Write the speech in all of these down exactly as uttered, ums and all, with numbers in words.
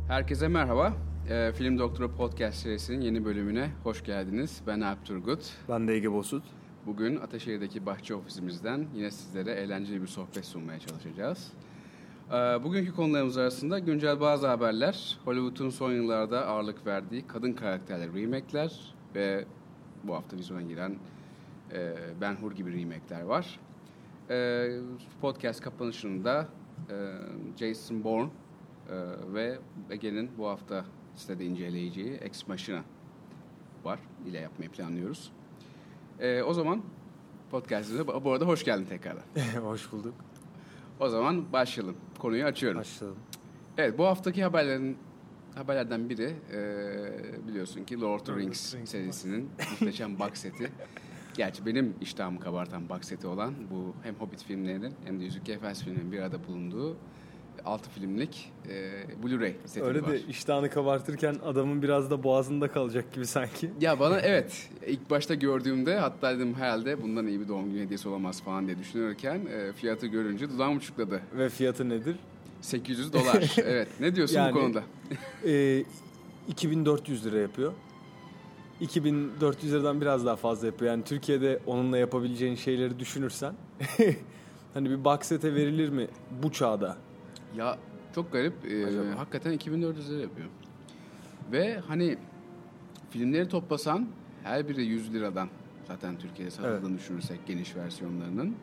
Herkese merhaba. E, Film Doktoru Podcast serisinin yeni bölümüne hoş geldiniz. Ben Alp Turgut. Ben de Ege Bosut. Bugün Ataşehir'deki bahçe ofisimizden yine sizlere eğlenceli bir sohbet sunmaya çalışacağız. E, bugünkü konularımız arasında güncel bazı haberler, Hollywood'un son yıllarda ağırlık verdiği kadın karakterler remake'ler ve bu hafta vizyona giren e, Ben Hur gibi remake'ler var. E, podcast kapanışında e, Jason Bourne Ee, ve Ege'nin bu hafta sitede inceleyeceği Ex Machina var. İle yapmayı planlıyoruz. Ee, o zaman podcast'ımıza bu arada hoş geldin tekrardan. Hoş bulduk. O zaman başlayalım. Konuyu açıyorum. Başlayalım. Evet, bu haftaki haberlerin haberlerden biri e, biliyorsun ki Lord of the Rings, Rings serisinin muhteşem box seti. Gerçi benim iştahımı kabartan box seti olan bu hem Hobbit filmlerinin hem de Yüzüklerin Efendisi filmlerinin bir arada bulunduğu altı filmlik e, Blu-ray seti Öyle var. de iştahını kabartırken adamın biraz da boğazında kalacak gibi sanki. Ya bana evet ilk başta gördüğümde hatta dedim herhalde bundan iyi bir doğum günü hediyesi olamaz falan diye düşünürken e, fiyatı görünce dudağım uçukladı. Ve fiyatı nedir? sekiz yüz dolar. Evet. Ne diyorsun yani, bu konuda? E, iki bin dört yüz lira yapıyor. iki bin dört yüz liradan biraz daha fazla yapıyor. Yani Türkiye'de onunla yapabileceğin şeyleri düşünürsen hani bir box sete verilir mi bu çağda? Ya çok garip. Ee, hakikaten iki bin dört yüz lira yapıyor. Ve hani filmleri toplasan her biri yüz liradan zaten Türkiye'de satıldığını evet. düşünürsek geniş versiyonlarının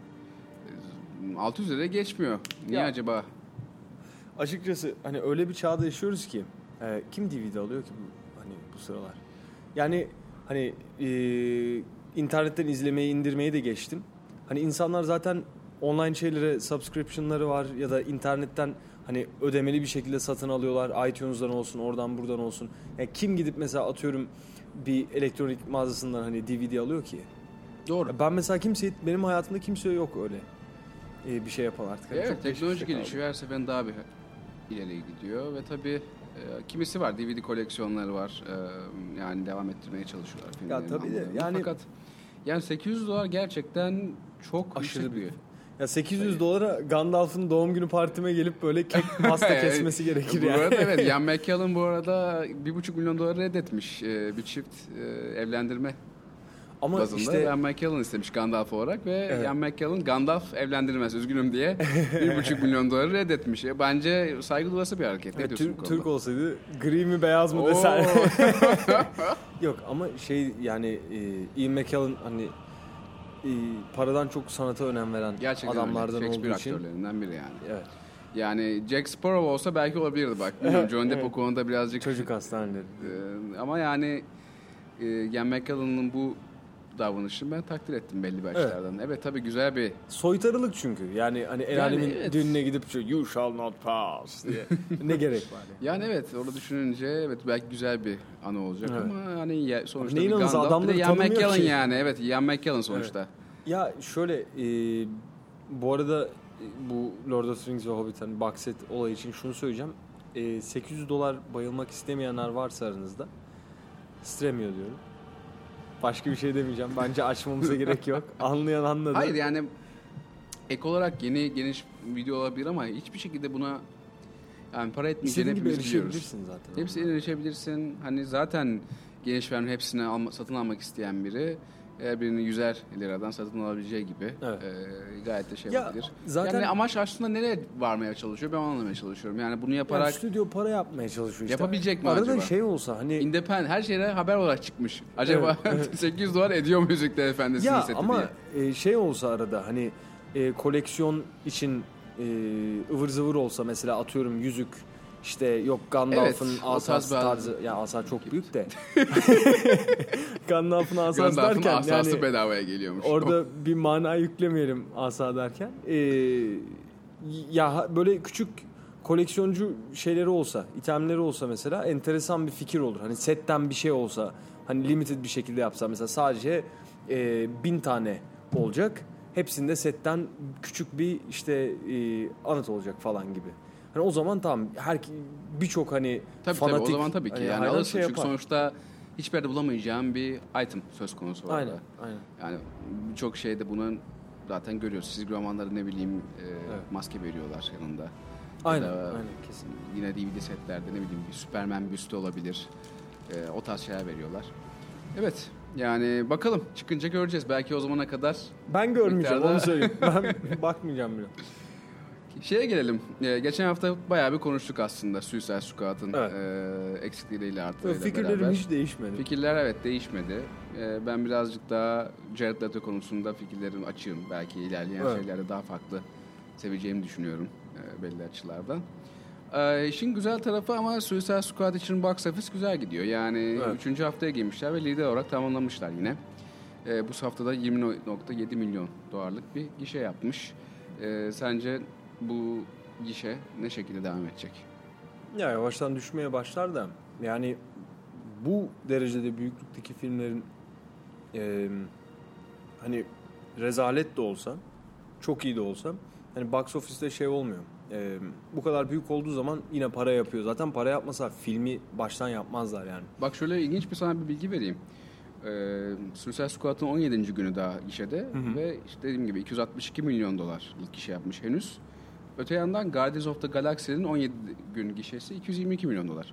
altı yüz liraya geçmiyor. Niye ya, acaba? Açıkçası hani öyle bir çağda yaşıyoruz ki e, kim D V D alıyor ki bu hani bu sıralar? Yani hani e, internetten izlemeyi indirmeyi de geçtim. Hani insanlar zaten online şeylere subscription'ları var ya da internetten hani ödemeli bir şekilde satın alıyorlar. iTunes'dan olsun, oradan buradan olsun. Yani kim gidip mesela atıyorum bir elektronik mağazasından hani D V D alıyor ki? Doğru. Ben mesela kimse, benim hayatımda kimse yok öyle ee, bir şey yapan artık. Yani evet, teknoloji gelişiyor. Her seferinde daha bir ileriye gidiyor ve tabii e, kimisi var. D V D koleksiyonları var. E, yani devam ettirmeye çalışıyorlar filmlerin. Ya tabii de yani fakat yani sekiz yüz dolar gerçekten çok aşırı büyük. Ya sekiz yüz dolara Gandalf'ın doğum günü partime gelip böyle kek pasta kesmesi gerekir yani. Bu arada evet, Ian McKellen bu arada bir buçuk milyon dolar reddetmiş ee, bir çift e, evlendirme ama bazında. işte Ian McKellen istemiş Gandalf olarak ve evet. Ian McKellen Gandalf evlendirmez üzgünüm diye bir buçuk milyon doları reddetmiş. E, bence saygı duyulası bir hareket. Ne evet, diyorsun Türk, Türk olsaydı gri mi beyaz mı desen. Yok ama şey yani e, Ian McKellen hani e, paradan çok sanata önem veren gerçekten adamlardan olduğu için. Shakespeare aktörlerinden biri yani. Evet. Yani Jack Sparrow olsa belki olabilirdi bak. John Depp o konuda birazcık çocuk hastaneleri. E, ama yani e, Ian McKellen'ın bu davranışını ben takdir ettim belli bir açılardan. Evet, evet tabii güzel bir soytarılık çünkü. Yani hani el alemin yani, evet. düğününe gidip you shall not pass diye. Ne gerek var yani. Yani evet orada düşününce evet belki güzel bir anı olacak evet. ama hani sonuçta neyin bir Gandalf bir de Ian McKellen ki. yani. Evet Ian McKellen sonuçta. Evet. Ya şöyle e, bu arada bu Lord of the Rings ve Hobbit hani box set olayı için şunu söyleyeceğim. E, sekiz yüz dolar bayılmak istemeyenler varsa aranızda Stremio diyorum. Başka bir şey demeyeceğim. Bence açmamıza gerek yok. Anlayan anladı. Hayır yani ek olarak yeni geniş video olabilir ama hiçbir şekilde buna yani para etmeyeceğini hepimiz biliyoruz. Zaten. Hepsine erişebilirsin. Hani zaten geniş verme hepsini alma, satın almak isteyen biri eğer birini yüzer liradan satın alabileceği gibi evet. e, gayet de şey ya, yapabilir. Zaten yani amaç aslında nereye varmaya çalışıyor ben onu anlamaya çalışıyorum. Yani bunu yaparak yani stüdyo para yapmaya çalışıyor işte. Yapabilecek mi Arada acaba? Arada şey olsa hani independent her şeyde haber olarak çıkmış. Acaba evet, evet. sekiz yüz dolar ediyor mu Yüzüklerin Efendisi'nin ya, seti ama diye. E, şey olsa arada hani e, koleksiyon için e, ıvır zıvır olsa mesela atıyorum yüzük İşte yok Gandalf'ın evet, asası tarzı ya asa çok büyük de Gandalf'ın asası Gandalf'ın derken asası yani bedavaya geliyormuş. Orada bir mana yüklemeyelim asa derken. Ee, ya böyle küçük koleksiyoncu şeyleri olsa, itemleri olsa mesela enteresan bir fikir olur. Hani setten bir şey olsa, hani limited bir şekilde yapsa mesela sadece e, bin tane olacak. Hepsinde setten küçük bir işte e, anıt olacak falan gibi. Hani o zaman tamam her birçok hani tabii, fanatik tabii, o zaman tabii ki hani yani alırsın şey çünkü sonuçta hiçbir yerde bulamayacağım bir item söz konusu var. Aynen, aynen. Yani birçok şeyde bunun zaten görüyoruz. Çizgi romanları ne bileyim e, evet. maske veriyorlar yanında. Aynen, Ya da aynen kesin. Yine D V D setlerde ne bileyim bir Superman büstü olabilir. Ee, o tarz şeyler veriyorlar. Evet. Yani bakalım çıkınca göreceğiz. Belki o zamana kadar Ben görmeyeceğim miktarda... onu söyleyeyim. Ben bakmayacağım bile. Şeye gelelim. Ee, geçen hafta bayağı bir konuştuk aslında Suicide Squad'ın Evet. e, eksikleriyle artılarıyla Fikirlerim beraber. hiç değişmedi. Fikirler evet değişmedi. Ee, ben birazcık daha Jared Leto konusunda fikirlerim açığım. Belki ilerleyen Evet. şeylerde daha farklı seveceğimi düşünüyorum e, belli açılardan. Ee, işin güzel tarafı ama Suicide Squad için box office güzel gidiyor. Yani Evet. üçüncü haftaya girmişler ve lider olarak tamamlamışlar yine. Ee, bu haftada yirmi nokta yedi milyon dolarlık bir gişe yapmış. Ee, sence bu gişe ne şekilde devam edecek? Ya yavaştan düşmeye başlar da yani bu derecede büyüklükteki filmlerin e, hani rezalet de olsa, çok iyi de olsa hani box office'te şey olmuyor. E, bu kadar büyük olduğu zaman yine para yapıyor. Zaten para yapmasa filmi baştan yapmazlar yani. Bak şöyle ilginç bir sana bir bilgi vereyim. Ee, Suicide Squad'ın on yedinci günü daha gişede Hı hı. ve işte dediğim gibi iki yüz altmış iki milyon dolarlık gişe yapmış henüz. Öte yandan Guardians of the Galaxy'nin on yedi gün gişesi iki yüz yirmi iki milyon dolar.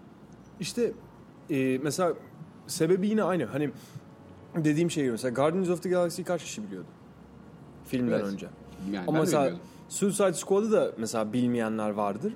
İşte e, mesela sebebi yine aynı. Hani dediğim şey gibi, mesela Guardians of the Galaxy'yi kaç kişi biliyordu filmden Evet. önce? Yani Ama ben de mesela bilmiyordum. Suicide Squad'ı da mesela bilmeyenler vardır.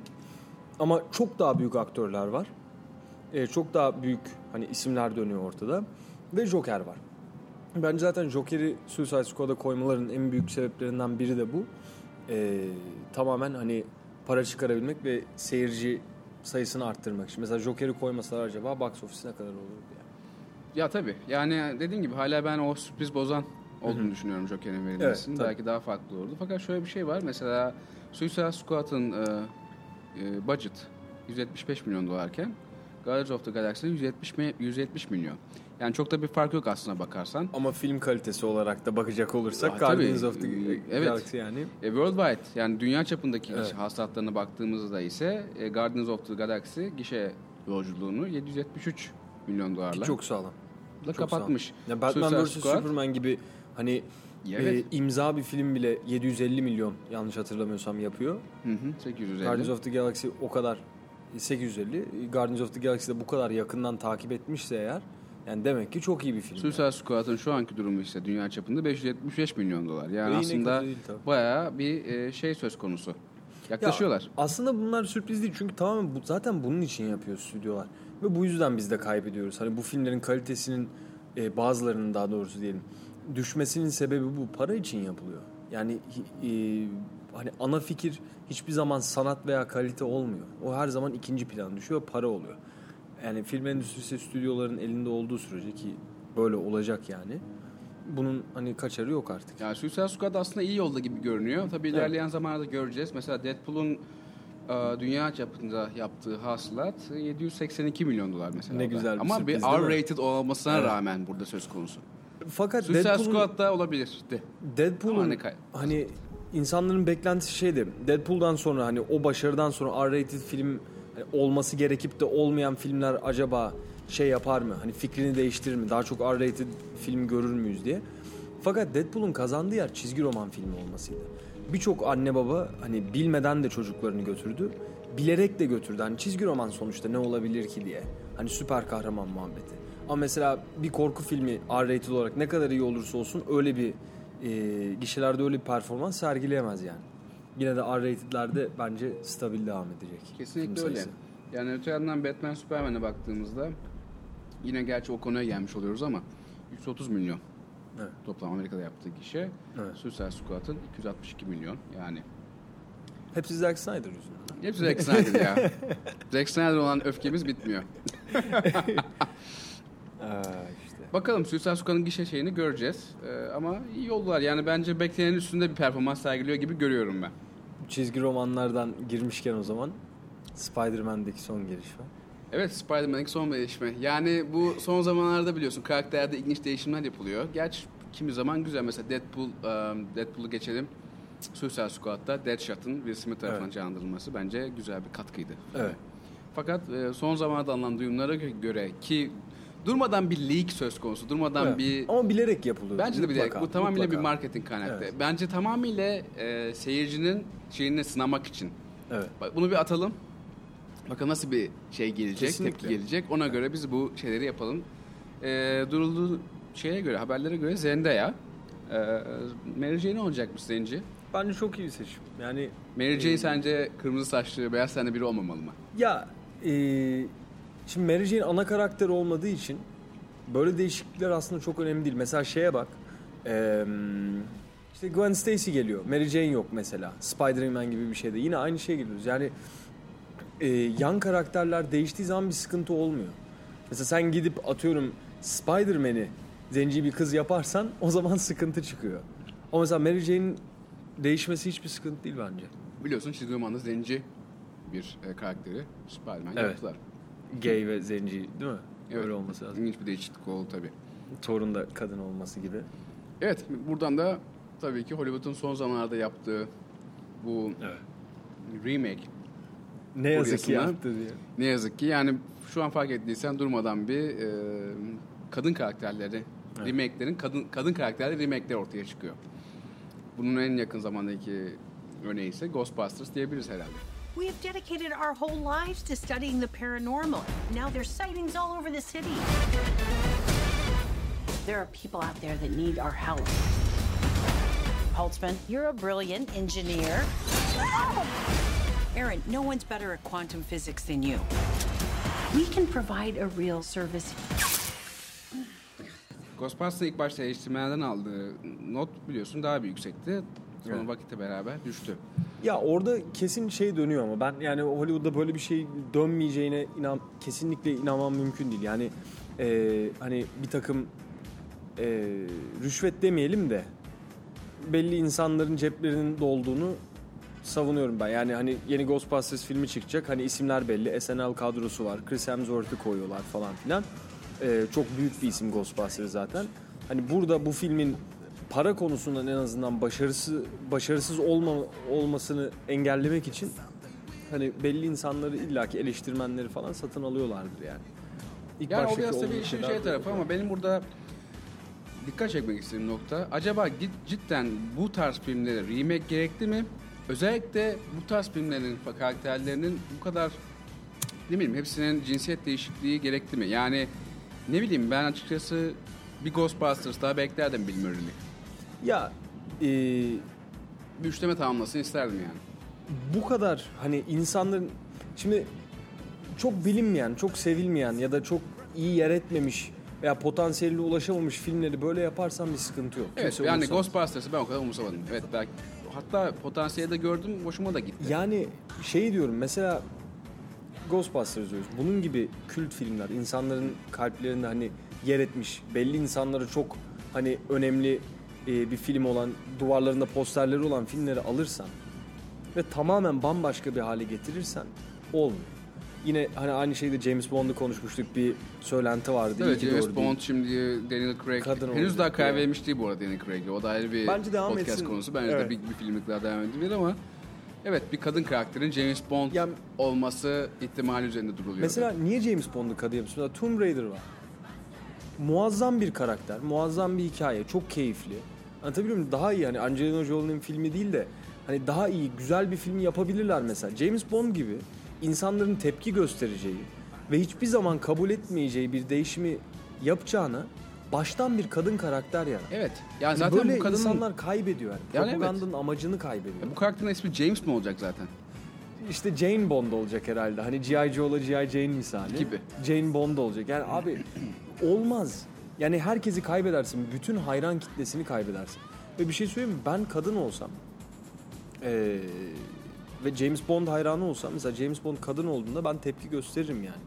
Ama çok daha büyük aktörler var. Ee, çok daha büyük hani isimler dönüyor ortada. Ve Joker var. Bence zaten Joker'i Suicide Squad'a koymaların en büyük sebeplerinden biri de bu. Ee, tamamen hani para çıkarabilmek ve seyirci sayısını arttırmak için. Mesela Joker'i koymasalar acaba box office ne kadar olurdu yani? Ya tabii. Yani dediğim gibi hala ben o sürpriz bozan olduğunu düşünüyorum Joker'in verilmesinin. Evet, Belki daha farklı olurdu. Fakat şöyle bir şey var. Mesela Suicide Squad'ın e, e, budget yüz yetmiş beş milyon dolarken Guardians of the Galaxy'nin yüz yetmiş, yüz yetmiş milyon. Yani çok da bir fark yok aslına bakarsan. Ama film kalitesi olarak da bakacak olursak Ya, Guardians tabii. of the Evet. Galaxy yani. E, worldwide yani dünya çapındaki Evet. gişe hasılatlarına baktığımızda ise e, Guardians of the Galaxy gişe yolculuğunu yedi yüz yetmiş üç milyon dolarla Çok sağlam. da çok kapatmış. Ya Batman Suicide versus. Squad- Superman gibi hani Evet. e, imza bir film bile yedi yüz elli milyon yanlış hatırlamıyorsam yapıyor. Hı hı, sekiz yüz elli. Guardians of the Galaxy o kadar sekiz yüz elli. Guardians of the Galaxy'de bu kadar yakından takip etmişse eğer yani demek ki çok iyi bir film. Suicide Squad'ın şu anki durumu ise dünya çapında beş yüz yetmiş beş milyon dolar. Yani Ve yine aslında kötü değil tabii. bayağı bir e, şey söz konusu. Yaklaşıyorlar. Ya, aslında bunlar sürpriz değil çünkü tamamen bu, zaten bunun için yapıyor stüdyolar. Ve bu yüzden biz de kaybediyoruz. Hani bu filmlerin kalitesinin e, bazılarının daha doğrusu diyelim düşmesinin sebebi bu. Para için yapılıyor. Yani e, hani ana fikir hiçbir zaman sanat veya kalite olmuyor. O her zaman ikinci plan düşüyor, para oluyor. Yani film endüstrisi stüdyoların elinde olduğu sürece ki böyle olacak yani. Bunun hani kaçarı yok artık. Yani Suicide Squad aslında iyi yolda gibi görünüyor. Tabii Evet. ilerleyen zamanlarda göreceğiz. Mesela Deadpool'un e, dünya çapında yaptığı hasılat yedi yüz seksen iki milyon dolar mesela. Ne güzel bir Ama bir sürpriz, değil mi? R-rated olmasına Evet. rağmen burada söz konusu. Fakat Suicide Deadpool'un Squad'da olabilirdi. Ama Deadpool'un ne kay- hani insanların beklentisi şeydi. Deadpool'dan sonra hani o başarıdan sonra R-rated film hani olması gerekip de olmayan filmler acaba şey yapar mı? Hani fikrini değiştirir mi? Daha çok R-rated film görür müyüz diye. Fakat Deadpool'un kazandığı yer çizgi roman filmi olmasıydı. Birçok anne baba hani bilmeden de çocuklarını götürdü. Bilerek de götürdü. Hani çizgi roman sonuçta ne olabilir ki diye. Hani süper kahraman muhabbeti. Ama mesela bir korku filmi R-rated olarak ne kadar iyi olursa olsun öyle bir e, gişelerde öyle bir performans sergileyemez yani. Yine de R-rated'lerde bence stabil devam edecek. Kesinlikle film öyle. sayısı. Yani öte yandan Batman Superman'e baktığımızda yine gerçi o konuya gelmiş oluyoruz ama yüz otuz milyon Evet. toplam Amerika'da yaptığı gişe. Evet. Suicide Squad'ın iki yüz altmış iki milyon yani. Hepsi Zack Snyder yüzünden. Hepsi Zack Snyder ya. Zack Snyder olan öfkemiz bitmiyor. Aa, işte. Bakalım Suicide Squad'ın gişe şeyini göreceğiz. Ee, ama iyi yoldular. Yani bence beklenenin üstünde bir performans sergiliyor gibi görüyorum ben. Çizgi romanlardan girmişken o zaman Spider-Man'deki son geliş var. Evet, Spider-Man'in son değişme. Yani bu son zamanlarda biliyorsun karakterde ilginç değişimler yapılıyor. Gerçi kimi zaman güzel. Mesela Deadpool, um, Deadpool'u geçelim. Suicide Squad'da Deadshot'ın Will Smith tarafından Evet. canlandırılması bence güzel bir katkıydı. Evet. Fakat e, son zamanlarda alınan duyumlara göre ki durmadan bir leak söz konusu, durmadan Evet. bir... Ama bilerek yapılıyor. Bence de bir Mutlaka, Bu tamamıyla mutlaka. bir marketing kaynaklı. Evet. Bence tamamıyla e, seyircinin şeyini sınamak için Evet. Bak, bunu bir atalım. Bakın nasıl bir şey gelecek, Kesinlikle. tepki gelecek. Ona göre biz bu şeyleri yapalım. Ee, durulduğu şeye göre, haberlere göre Zendaya. Ee, Mary Jane olacakmış Zenci. Bence çok iyi bir seçim. Yani Mary Jane e, sence kırmızı saçlı, beyaz tenli biri olmamalı mı? Ya e, şimdi Mary Jane ana karakter olmadığı için böyle değişiklikler aslında çok önemli değil. Mesela şeye bak. E, işte Gwen Stacy geliyor. Mary Jane yok mesela. Spider-Man gibi bir şeyde. Yine aynı şeye geliyoruz. Yani e, yan karakterler değiştiği zaman bir sıkıntı olmuyor. Mesela sen gidip atıyorum Spider-Man'i zenci bir kız yaparsan o zaman sıkıntı çıkıyor. Ama mesela Mary Jane'in değişmesi hiçbir sıkıntı değil bence. Biliyorsun çizgi romanda Zenci bir e, karakteri Spider-Man Evet. yaptılar. Gay ve zenci değil mi? Evet. Öyle olması lazım. İlginç bir değişiklik oldu tabii. Thor'un da kadın olması gibi. Evet, buradan da tabii ki Hollywood'un son zamanlarda yaptığı bu Evet. remake. Ne yazık ki Furyasına, yaptı diye. Ne yazık ki yani şu an fark ettiysen durmadan bir e, kadın karakterleri, Evet. remake'lerin kadın kadın karakterleri remake'ler ortaya çıkıyor. Bunun en yakın zamandaki örneği ise Ghostbusters diyebiliriz herhalde. We have dedicated our whole lives to studying the paranormal. Now there's sightings all over the city. There are people out there that need our help. Holtzman, you're a brilliant engineer. Aaron, no one's better at quantum physics than you. We can provide a real service. Ghostbusters'ın ilk başta eleştirmenlerden aldığı not biliyorsun daha bir yüksekti. Sonra Evet. vakitle beraber düştü. Ya orada kesin şey dönüyor ama ben yani Hollywood'da böyle bir şey dönmeyeceğine inan kesinlikle inanmam mümkün değil. Yani e, hani bir takım e, rüşvet demeyelim de belli insanların ceplerinin dolduğunu savunuyorum ben. Yani hani yeni Ghostbusters filmi çıkacak. Hani isimler belli. S N L kadrosu var. Chris Hemsworth'u koyuyorlar falan filan. Ee, çok büyük bir isim Ghostbusters zaten. Hani burada bu filmin para konusundan en azından başarısı başarısız olma, olmasını engellemek için hani belli insanları illaki eleştirmenleri falan satın alıyorlardır yani. İlk Yani o baştaki biraz tabii olduğu işin şeyler şey de tarafı yok. ama benim burada dikkat çekmek istediğim nokta, acaba cidden bu tarz filmlere remake gerekli mi? Özellikle bu tarz filmlerin karakterlerinin bu kadar, ne bileyim, hepsinin cinsiyet değişikliği gerekli mi? Yani ne bileyim, ben açıkçası bir Ghostbusters daha beklerdim Bill Murray'li. Ya e, Bir üçleme tamamlasın isterdim yani. bu kadar hani insanların şimdi çok bilinmeyen, çok sevilmeyen ya da çok iyi yer etmemiş veya potansiyeline ulaşamamış filmleri böyle yaparsan bir sıkıntı yok. Evet, Kimse yani umursamaz. Ghostbusters'ı ben o kadar umursamadım. Evet, belki hatta potansiyeli de gördüm, hoşuma da gitti. Yani şey diyorum mesela Ghostbusters diyoruz. Bunun gibi kült filmler insanların kalplerinde hani yer etmiş, belli insanlara çok hani önemli e, bir film olan, duvarlarında posterleri olan filmleri alırsan ve tamamen bambaşka bir hale getirirsen olmuyor. Yine hani aynı şeyde James Bond'u konuşmuştuk, bir söylenti vardı. İyi Evet, ki James doğru Bond değil. şimdi Daniel Craig Kadın henüz olacak daha karar ya. vermiş değil bu arada Daniel Craig'le. O da ayrı bir Bence devam podcast etsin. konusu. Bence Evet. de bir, bir filmlik daha devam edilir ama evet, bir kadın karakterin James Bond Ya- olması ihtimali üzerinde duruluyor. Mesela niye James Bond'u kadı yapıyorsun? Mesela Tomb Raider var. Muazzam bir karakter, muazzam bir hikaye, çok keyifli. Anlatabiliyor muyum? Daha iyi, hani Angelina Jolie'nin filmi değil de hani daha iyi, güzel bir film yapabilirler mesela. James Bond gibi insanların tepki göstereceği ve hiçbir zaman kabul etmeyeceği bir değişimi yapacağına baştan bir kadın karakter yarat. Evet. Yani Hani zaten böyle bu kadının insanlar kaybediyor yani. Yani evet. Propagandanın amacını kaybediyor. Ya bu karakterin ismi James mi olacak zaten? İşte Jane Bond olacak herhalde. Hani G I. Joe'la G I. Jane misali. Gibi. Jane Bond olacak. Yani abi olmaz. Yani herkesi kaybedersin. Bütün hayran kitlesini kaybedersin. Ve bir şey söyleyeyim mi? Ben kadın olsam ee, ve James Bond hayranı olsam, mesela James Bond kadın olduğunda ben tepki gösteririm yani.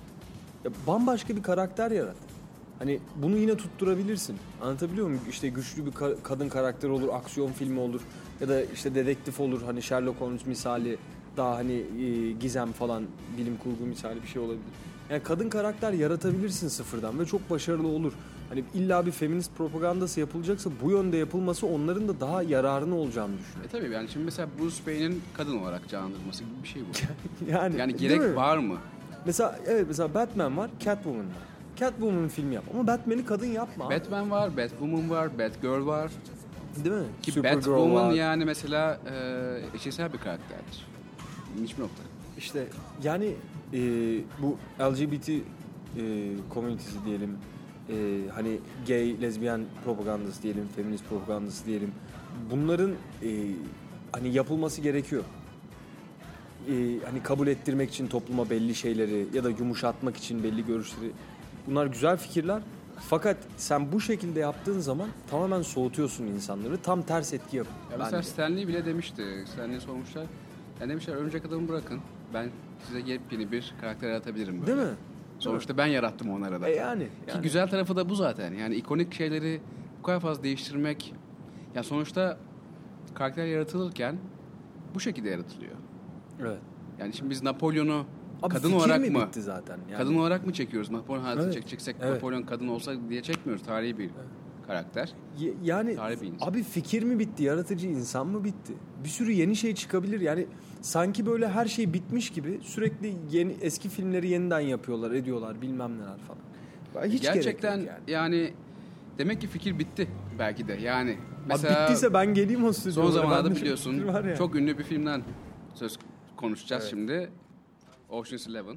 Ya bambaşka bir karakter yarat. Hani bunu yine tutturabilirsin. Anlatabiliyor muyum? İşte güçlü bir ka- kadın karakter olur, aksiyon filmi olur ya da işte dedektif olur. Hani Sherlock Holmes misali, daha hani e, gizem falan, bilim kurgu misali bir şey olabilir. Yani kadın karakter yaratabilirsin sıfırdan ve çok başarılı olur. Hani illa bir feminist propagandası yapılacaksa bu yönde yapılması onların da daha yararına olacağını E düşünüyorum. tabii, yani şimdi mesela Bruce Wayne'in kadın olarak canlandırılması gibi bir şey bu. Yani, Yani değil mi? gerek var mı? Mesela evet, mesela Batman var, Catwoman var. Catwoman'ın film yap ama Batman'i kadın yapma abi. Batman var, Batwoman var, Batgirl var. Değil mi? Ki Supergirl Batwoman var. yani mesela e, eşcinsel bir karakterdir. İlginç bir nokta. İşte yani e, bu L G B T e, community'si diyelim, e, hani gay, lezbiyen propagandası diyelim, feminist propagandası diyelim. Bunların e, hani yapılması gerekiyor. E, hani kabul ettirmek için topluma belli şeyleri ya da yumuşatmak için belli görüşleri. Bunlar güzel fikirler. Fakat sen bu şekilde yaptığın zaman tamamen soğutuyorsun insanları. Tam ters etki yapıyor. Ya mesela Stanley bile demişti. Stanley sormuşlar. Yani demişler Örümcek Adam'ı bırakın. Ben size yepyeni bir karakter yaratabilirim böyle. Değil mi? Sonuçta ben yarattım onları da. E yani, Ki yani. güzel tarafı da bu zaten. Yani ikonik şeyleri bu kadar fazla değiştirmek. Ya sonuçta karakter yaratılırken bu şekilde yaratılıyor. Evet. Yani şimdi biz Napolyon'u Abi kadın fikir olarak mi mı? bitti zaten? Yani. Kadın olarak mı çekiyoruz? Napolyon hayatını Evet. çekeceksek Evet. Napolyon kadın olsa diye çekmiyoruz. Tarihi bir karakter. Y- yani Tarihi bir insan. abi fikir mi bitti? Yaratıcı insan mı bitti? Bir sürü yeni şey çıkabilir. Yani sanki böyle her şey bitmiş gibi sürekli yeni eski filmleri yeniden yapıyorlar, ediyorlar, bilmem neler falan. Hiç Gerçekten gerek yok yani. yani. Demek ki fikir bitti belki de. Yani Abi mesela bittiyse ben geleyim o stüdyoya. son zamanlarda Bende çok biliyorsun fikir var ya. çok ünlü bir filmden söz konuşacağız Evet. şimdi. Ocean's Eleven.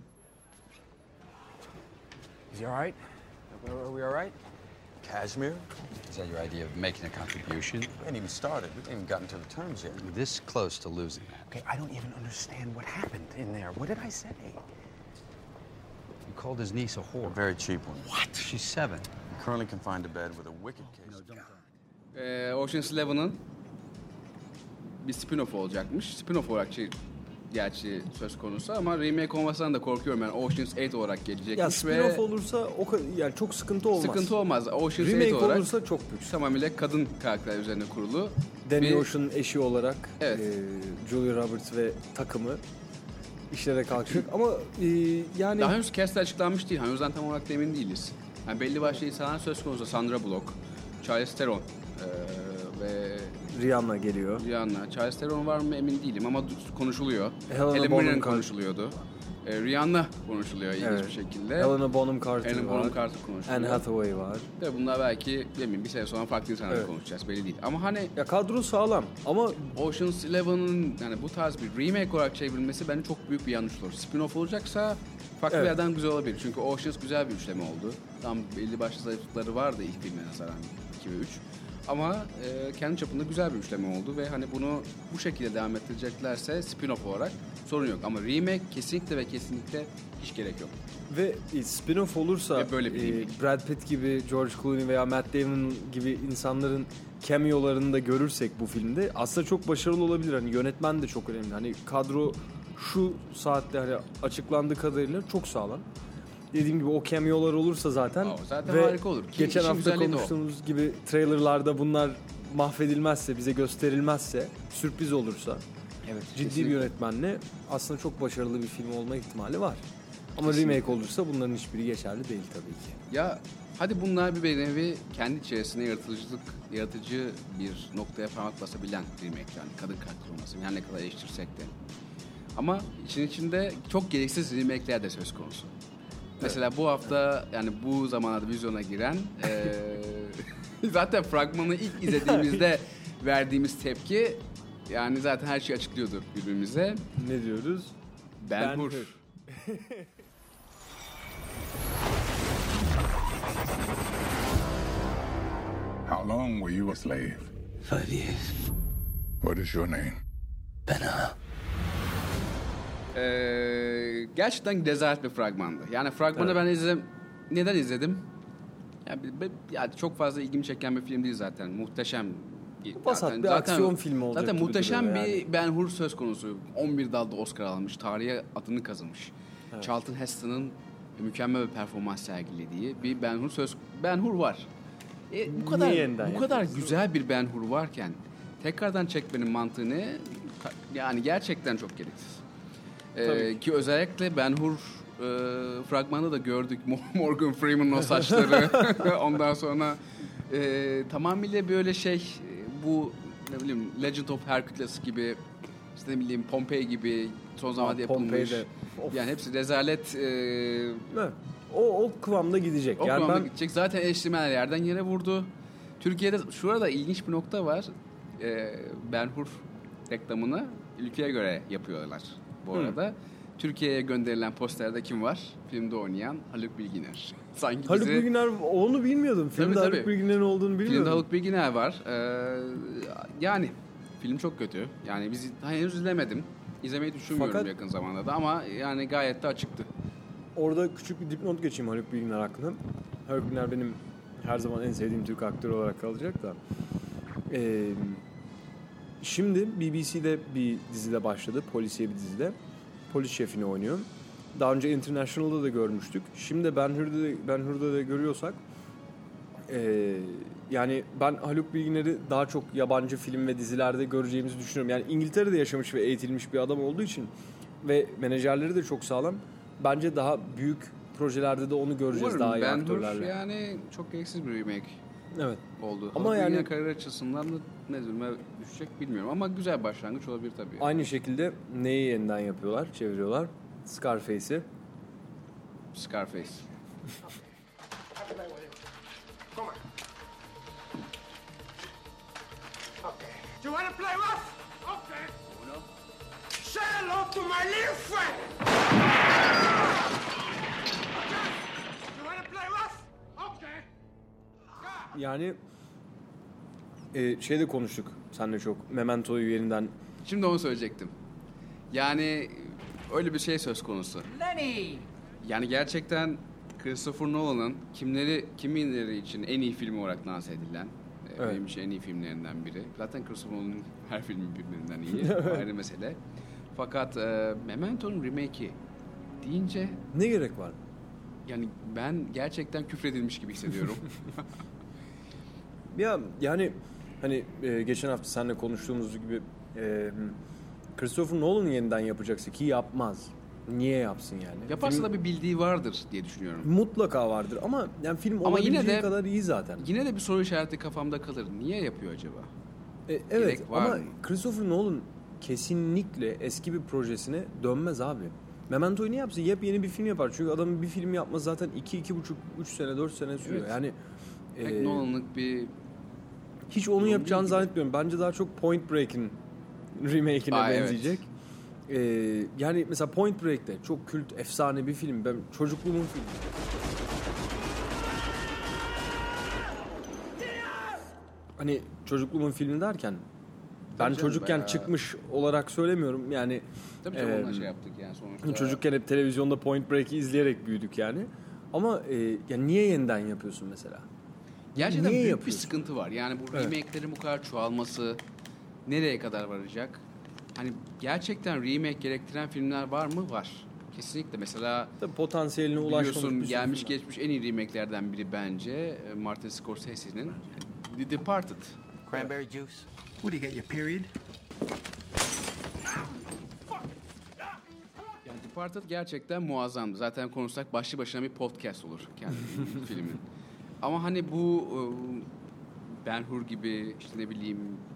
Is he all right? Are are we all right? Kashmir? Is that your idea of making a contribution? We ain't even started. We ain't even gotten to the terms yet. We're this close to losing that. Okay, I don't even understand what happened in there. What did I say? You called his niece a whore. A very cheap one. What? She's seven. I'm currently confined to bed with a wicked case. Ee, Ocean's Eleven'ın bir spin-off olacakmış. Spin-off olarak şey, gerçi söz konusu ama remake olmasından da korkuyorum. Yani Ocean's Eight olarak gelecekmiş Ya ve spin-off olursa o kadar yani çok sıkıntı olmaz. sıkıntı olmaz. Ocean's Eight Remake olarak olursa çok büyük. tamamıyla kadın karakter üzerine kurulu. Danny bir- Ocean'ın eşi olarak Evet. e, Julia Roberts ve takımı işlere kalkacak ama e, yani Daha henüz cast açıklanmış değil. Hani o yüzden tam olarak da emin değiliz. Yani belli başlı insanlar söz konusu. Sandra Bullock, Charlize Theron ee, ve Rihanna geliyor. Rihanna. Charlize Theron var mı emin değilim ama du- konuşuluyor. Helena Helen Bonham Mirren Carter. konuşuluyordu. Ee, Rihanna konuşuluyor ilginç Evet. bir şekilde. Helena Bonham Carter Helen var. Bonham Carter konuşuluyor. Anne Hathaway var. Ve bunlar belki demin bir sene sonra farklı insanlarla Evet. konuşacağız. Belli değil. Ama hani Ya kadro sağlam ama Ocean's Eleven'ın yani bu tarz bir remake olarak çevrilmesi bence çok büyük bir yanlış olur. Spin-off olacaksa farklı Evet. bir yerden güzel olabilir. Çünkü Ocean's güzel bir üçleme oldu. Tam belli başlı zayıflıkları vardı ilk filmine nazaran iki ve üç. Ama e, kendi çapında güzel bir üçleme oldu ve hani bunu bu şekilde devam ettireceklerse spin-off olarak sorun yok. Ama remake kesinlikle ve kesinlikle hiç gerek yok. ve e, spin-off olursa Ve böyle bir e, remake. Brad Pitt gibi, George Clooney veya Matt Damon gibi insanların cameo'larını da görürsek bu filmde aslında çok başarılı olabilir. Hani yönetmen de çok önemli. Hani kadro şu saatte hani açıklandığı kadarıyla çok sağlam. Dediğim gibi o cameo'lar olursa zaten Aa, zaten ve harika olur. Ki geçen işin hafta güzelliği de o. konuştuğumuz gibi trailerlarda bunlar mahvedilmezse, bize gösterilmezse, sürpriz olursa Evet. ciddi kesinlikle. bir yönetmenle aslında çok başarılı bir film olma ihtimali var. Ama Kesinlikle. remake olursa bunların hiçbiri geçerli değil tabii ki. Ya hadi bunlar bir nevi kendi içerisinde yaratıcılık, yaratıcı bir noktaya parmak basabilen remake yani kadın karakter olması. Yani ne kadar eleştirsek de. Ama için içinde çok gereksiz remake'ler de söz konusu. Mesela bu hafta yani bu zamanlarda vizyona giren eee, zaten fragmanı ilk izlediğimizde verdiğimiz tepki yani zaten her şeyi açıklıyordu birbirimize. Ne diyoruz? Ben Hur. Hur. How long were you a slave? Five years. What is your name? Benar. Ee, gerçekten rezalet bir fragmandı. Yani fragmanı Evet. ben izledim. Neden izledim? Yani, yani çok fazla ilgimi çeken bir film değil zaten. Muhteşem. Vasat bir aksiyon filmi olacak Zaten gibi muhteşem duruyor bir yani. Ben Hur söz konusu. on bir dalda Oscar almış. Tarihe adını kazımış. Charlton Heston'ın mükemmel bir performans sergilediği bir Ben Hur söz Ben Hur var. E, bu kadar yeniden bu kadar yapıyorsun? güzel bir Ben Hur varken tekrardan çekmenin mantığı ne? Yani gerçekten çok gereksiz. Ee, Tabii. ki özellikle Ben Hur e, fragmanında da gördük Morgan Freeman'ın o saçları. Ondan sonra e, tamamıyla böyle şey e, bu ne bileyim Legend of Hercules gibi işte ne bileyim Pompei gibi son zamanlarda yapılmış. Pompei'de. Of. Yani hepsi rezalet. E, Evet. O, o kıvamda gidecek. o yani kıvamda ben gidecek. Zaten eleştirmenler yerden yere vurdu. Türkiye'de şurada ilginç bir nokta var. E, Ben Hur reklamını ülkeye göre yapıyorlar. bu arada. Türkiye'ye gönderilen posterde kim var? Filmde oynayan Haluk Bilginer. Sanki Haluk bizi... Bilginer, onu bilmiyordum. Filmde Tabii, Haluk tabii. Bilginer'in olduğunu bilmiyordum. Filmde Haluk Bilginer var. Ee, yani film çok kötü. Yani biz henüz izlemedim. İzlemeyi düşünmüyorum Fakat- yakın zamanda da ama yani gayet de açıktı. Orada küçük bir dipnot geçeyim Haluk Bilginer hakkında. Haluk Bilginer benim her zaman en sevdiğim Türk aktörü olarak kalacak da. Ee, şimdi B B C'de bir dizide başladı. Polisiye bir dizide. Polis şefini oynuyor. Daha önce International'da da görmüştük. Şimdi de Ben Hur'da da, Ben Hur'da da görüyorsak ee, yani ben Haluk Bilginer'i daha çok yabancı film ve dizilerde göreceğimizi düşünüyorum. Yani İngiltere'de yaşamış ve eğitilmiş bir adam olduğu için ve menajerleri de çok sağlam. Bence daha büyük projelerde de onu göreceğiz, Umarım daha iyi Ben Hur aktörlerle. yani çok gereksiz bir remake Evet. oldu. Ama Ama yani- yani kariyer açısından da ne duruma düşecek bilmiyorum ama güzel bir başlangıç olabilir tabii. Aynı şekilde neyi yeniden yapıyorlar, çeviriyorlar? Scarface'i. Scarface. You want to play rough? Okay. Say hello to my little friend. Okay. You want to play rough? Okay. Yani e, şeyde konuştuk seninle çok. Memento'yu yeniden. Şimdi onu söyleyecektim. Yani öyle bir şey söz konusu. Lenny. Yani gerçekten Christopher Nolan'ın kimleri kiminleri için en iyi film olarak lanse edilen e, Evet. benim için en iyi filmlerinden biri. Zaten Christopher Nolan'ın her filmi birbirinden iyi. O ayrı mesele. Fakat e, Memento'nun remake'i deyince Ne gerek var? yani ben gerçekten küfredilmiş gibi hissediyorum. Ya yani hani e, geçen hafta seninle konuştuğumuz gibi e, Christopher Nolan yeniden yapacaksa ki yapmaz. Niye yapsın yani? Yaparsa Film da bir bildiği vardır diye düşünüyorum. mutlaka vardır ama yani film Ama yine olabileceği de- kadar iyi zaten. Yine de bir soru işareti kafamda kalır. Niye yapıyor acaba? E, evet Gerek var ama mı? Christopher Nolan kesinlikle eski bir projesine dönmez abi. Memento'yu ne yapsın? Yepyeni bir film yapar. Çünkü adamın bir film yapması zaten iki, iki buçuk, üç sene, dört sene sürüyor. Evet. Yani Pek e, Nolan'lık bir... hiç onu Nolan yapacağını değil gibi. zannetmiyorum. Bence daha çok Point Break'in remake'ine Aa, evet. benzeyecek. E, yani mesela Point Break'te çok kült, efsane bir film. Ben çocukluğumun filmi. Hani çocukluğumun filmi derken ben canım, çocukken bayağı- çıkmış olarak söylemiyorum. Yani Tabii canım Ee, onunla şey yaptık yani sonuçta. çocukken hep televizyonda Point Break'i izleyerek büyüdük yani. Ama e, ya niye yeniden yapıyorsun mesela? Gerçekten Niye büyük bir yapıyorsun? sıkıntı var. Yani bu Evet. remake'lerin bu kadar çoğalması nereye kadar varacak? Hani gerçekten remake gerektiren filmler var mı? Var. Kesinlikle. Mesela Tabii potansiyeline ulaşmamış bir biliyorsun sürü gelmiş film var. geçmiş en iyi remake'lerden biri bence e, Martin Scorsese'nin The Departed. Cranberry juice. What do you get, your period? Yani Departed gerçekten muazzamdı. Zaten konuşsak başlı başına bir podcast olur kendi filmin. Ama hani bu e, Ben Hur gibi işte ne bileyim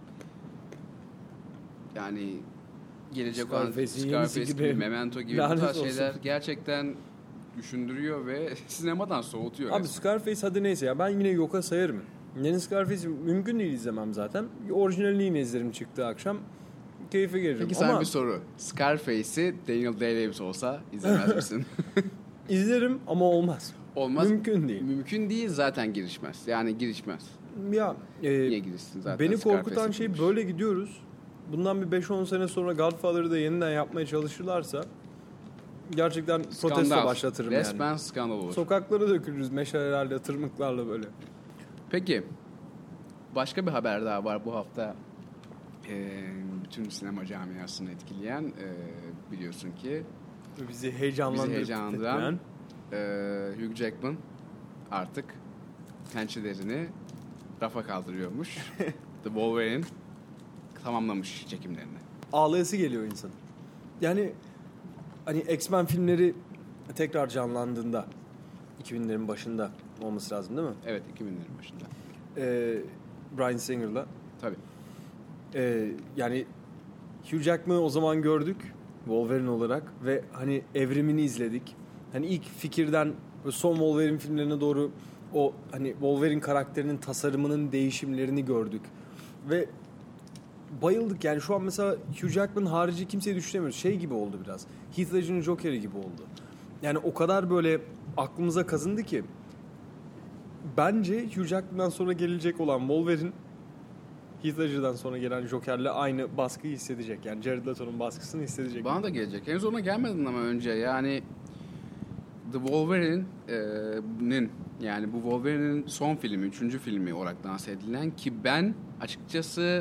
yani gelecek olan Scarface'in Scarface yenisi gibi, gibi. Memento gibi bu Lanet tarz olsun. şeyler gerçekten düşündürüyor ve sinemadan soğutuyor. Abi resmen. Scarface hadi neyse ya ben yine yoka sayarım. Yeni Scarface'i mümkün değil izlemem zaten. Orijinalini yine izlerim çıktığı akşam. Keyfe gelirim. Peki sana Ama bir soru. Scarface'i Daniel Day-Lewis olsa izlemez misin? izlerim ama olmaz. Olmaz. Mümkün değil. Mümkün değil zaten girişmez. Yani girişmez. Ya e, Niye girişsin zaten? beni Scarface korkutan şey yapılmış. böyle gidiyoruz. Bundan bir beş on sene sonra Godfather'ı da yeniden yapmaya çalışırlarsa gerçekten protesto Skandal. başlatırım Resmen yani. skandal olur. Sokaklara dökülürüz meşalelerle, tırmıklarla böyle. Peki. Başka bir haber daha var bu hafta. Ee, bütün sinema camiasını etkileyen e, biliyorsun ki Bizi bizi heyecanlandırıp heyecanlandıran e, Hugh Jackman artık pençelerini rafa kaldırıyormuş. The Wolverine tamamlamış çekimlerini. ağlayası geliyor insan. Yani hani X-Men filmleri tekrar canlandığında iki binlerin başında olması lazım değil mi? Evet iki binlerin başında. Ee, Bryan Singer'la. Tabii. Ee, yani Hugh Jackman'ı o zaman gördük Wolverine olarak ve hani evrimini izledik. Hani ilk fikirden son Wolverine filmlerine doğru o hani Wolverine karakterinin tasarımının değişimlerini gördük. Ve bayıldık. Yani şu an mesela Hugh Jackman harici kimseyi düşünemiyoruz. Şey gibi oldu biraz. Heath Ledger'ın Joker'i gibi oldu. Yani o kadar böyle aklımıza kazındı ki bence Hugh Jackman'dan sonra gelecek olan Wolverine Heath Ledger'dan sonra gelen Joker'le aynı baskıyı hissedecek. Yani Jared Leto'nun baskısını hissedecek. Bana da gelecek. Henüz ona gelmedin ama önce yani The Wolverine'nin yani bu Wolverine'in son filmi, üçüncü filmi olarak lanse edilen ki ben açıkçası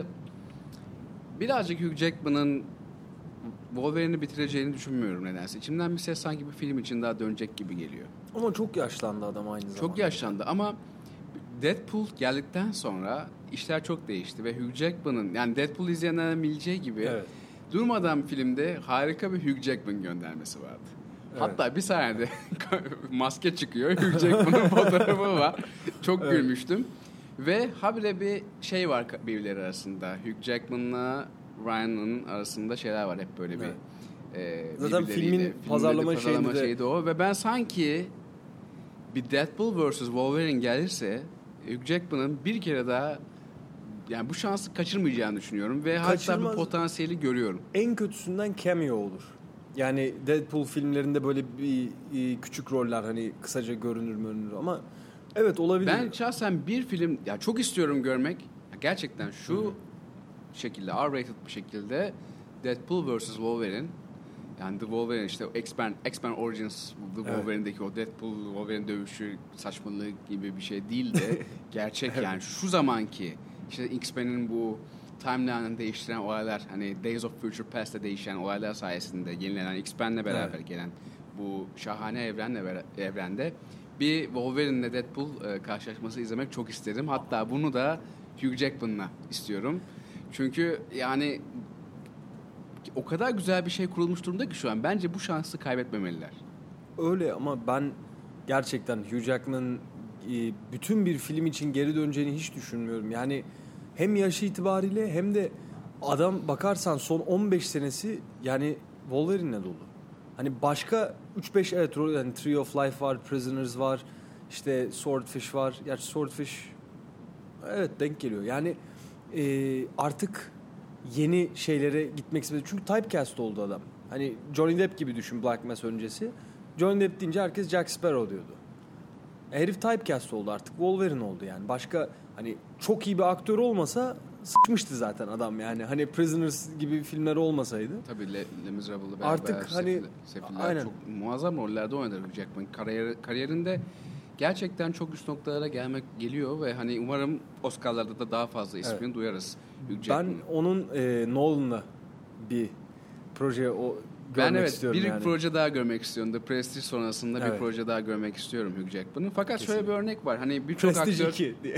birazcık Hugh Jackman'ın Wolverine'i bitireceğini düşünmüyorum nedense. İçimden bir ses sanki bir film için daha dönecek gibi geliyor. Ama çok yaşlandı adam aynı zamanda. Çok yaşlandı ama Deadpool geldikten sonra işler çok değişti ve Hugh Jackman'ın yani Deadpool izleyenlerin bileceği gibi evet. durmadan filmde harika bir Hugh Jackman göndermesi vardı. Evet. Hatta bir sahnede maske çıkıyor. Hugh Jackman'ın fotoğrafı var. Çok evet. gülmüştüm. Ve habire bir şey var birbirleri arasında. Hugh Jackman'la Ryan'ın arasında şeyler var hep böyle bir. Evet. E, Zaten filmin pazarlama, pazarlama şeyi şeydi o. Ve ben sanki bir Deadpool versus Wolverine gelirse Hugh Jackman'ın bir kere daha yani bu şansı kaçırmayacağını düşünüyorum. Ve Kaçırmaz. hatta bu potansiyeli görüyorum. En kötüsünden cameo olur. Yani Deadpool filmlerinde böyle bir, bir küçük roller hani kısaca görünür mü önür ama evet olabilir. Ben şahsen bir film ya çok istiyorum görmek. Gerçekten şu Hı-hı. şekilde R-rated bir şekilde Deadpool versus Wolverine yani The Wolverine işte X-Men, X-Men Origins The evet. Wolverine'deki o Deadpool Wolverine dövüşü saçmalığı gibi bir şey değil de gerçek evet. yani şu zamanki işte X-Men'in bu timeline'ını değiştiren olaylar hani Days of Future Past'te değişen olaylar sayesinde yenilenen X-Men'le beraber evet. gelen bu şahane evrenle evrende bir Wolverine'le Deadpool e, karşılaşması izlemek çok isterim. Hatta bunu da Hugh Jackman'la istiyorum. Çünkü yani o kadar güzel bir şey kurulmuş durumda ki şu an. Bence bu şansı kaybetmemeliler. Öyle ama ben gerçekten Hugh Jackman'ın e, bütün bir film için geri döneceğini hiç düşünmüyorum. Yani hem yaşı itibariyle hem de adam bakarsan son on beş senesi yani Wolverine'le dolu. Hani başka üç beş evet yani Tree of Life var, Prisoners var, işte Swordfish var. Gerçi Swordfish evet denk geliyor. Yani e, artık yeni şeylere gitmek istedi. Çünkü typecast oldu adam. Hani Johnny Depp gibi düşün Black Mass öncesi. Johnny Depp deyince herkes Jack Sparrow diyordu. Herif typecast oldu artık. Wolverine oldu yani. Başka hani çok iyi bir aktör olmasa sıçmıştı zaten adam yani. Hani Prisoners gibi filmler olmasaydı. Tabii Le, Le Miserable'lı beraber artık hani Sefiller aynen. çok muazzam rollerde oynadı Hugh Jackman. Kariyer, kariyerinde gerçekten çok üst noktalara gelmek geliyor ve hani umarım Oscar'larda da daha fazla ismini evet. duyarız Hugh Jackman'ın. Ben onun e, Nolan'la bir proje o ben evet istiyorum bir yani. proje daha görmek istiyorum. The Prestige sonrasında evet. bir proje daha görmek istiyorum Hugh Jackman'ın. Fakat Kesinlikle. şöyle bir örnek var. Hani birçok aktör iki diye.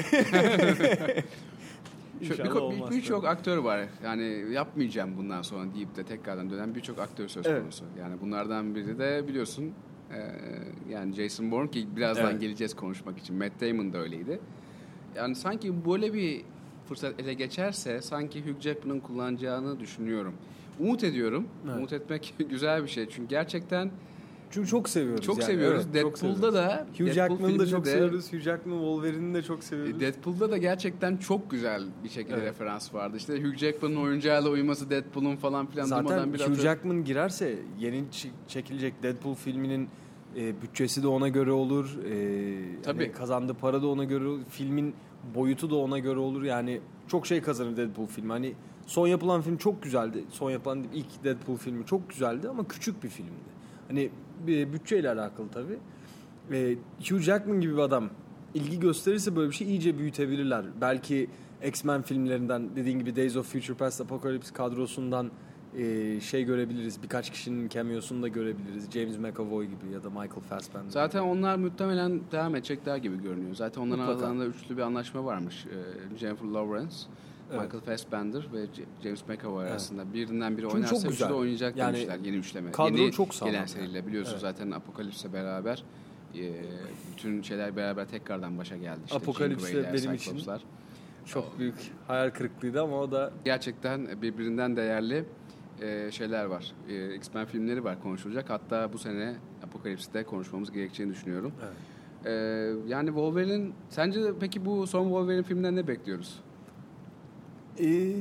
Birçok bir, bir aktör var. Yani yapmayacağım bundan sonra deyip de tekrardan dönen birçok aktör söz konusu. Evet. Yani bunlardan biri de biliyorsun e, yani Jason Bourne ki birazdan evet. geleceğiz konuşmak için. Matt Damon da öyleydi. Yani sanki böyle bir fırsat ele geçerse sanki Hugh Jackman'ın kullanacağını düşünüyorum. Umut ediyorum. Evet. Umut etmek güzel bir şey. Çünkü gerçekten çünkü çok seviyoruz. Çok yani. seviyoruz. Evet, Deadpool'da da Hugh Jackman'ı da çok de, seviyoruz. Hugh Jackman Wolverine'i de çok seviyoruz. Deadpool'da da gerçekten çok güzel bir şekilde evet. referans vardı. İşte Hugh Jackman'ın oyuncağıyla uyuması Deadpool'un falan filan zaten durmadan bir Hugh atı... Jackman girerse yeni çekilecek Deadpool filminin e, bütçesi de ona göre olur. E, Tabii. Yani kazandığı para da ona göre olur. Filmin boyutu da ona göre olur. Yani çok şey kazanır Deadpool filmi. Hani son yapılan film çok güzeldi. Son yapılan ilk Deadpool filmi çok güzeldi ama küçük bir filmdi. Hani bir bütçeyle alakalı tabii. Ee, Hugh Jackman gibi bir adam ilgi gösterirse böyle bir şey iyice büyütebilirler. Belki X-Men filmlerinden dediğin gibi Days of Future Past, Apocalypse kadrosundan e, şey görebiliriz. Birkaç kişinin cameosunu da görebiliriz. James McAvoy gibi ya da Michael Fassbender. Zaten onlar muhtemelen devam edecekler gibi görünüyor. Zaten onların Mutlaka. aralarında üçlü bir anlaşma varmış. Ee, Jennifer Lawrence, evet. Michael Fassbender ve James McAvoy evet. arasında birinden biri Çünkü oynarsa üçü de oynayacak yani demişler yeni üçleme. Kadro yeni çok sağlam. Gelen seriyle biliyorsun evet. zaten Apocalypse'le beraber e, bütün şeyler beraber tekrardan başa geldi. İşte Apocalypse benim için çok o, büyük hayal kırıklığıydı ama o da gerçekten birbirinden değerli e, şeyler var. E, X-Men filmleri var konuşulacak. Hatta bu sene Apocalypse'de konuşmamız gerekeceğini düşünüyorum. Evet. E, yani Wolverine sence peki bu son Wolverine filminden ne bekliyoruz? Ee,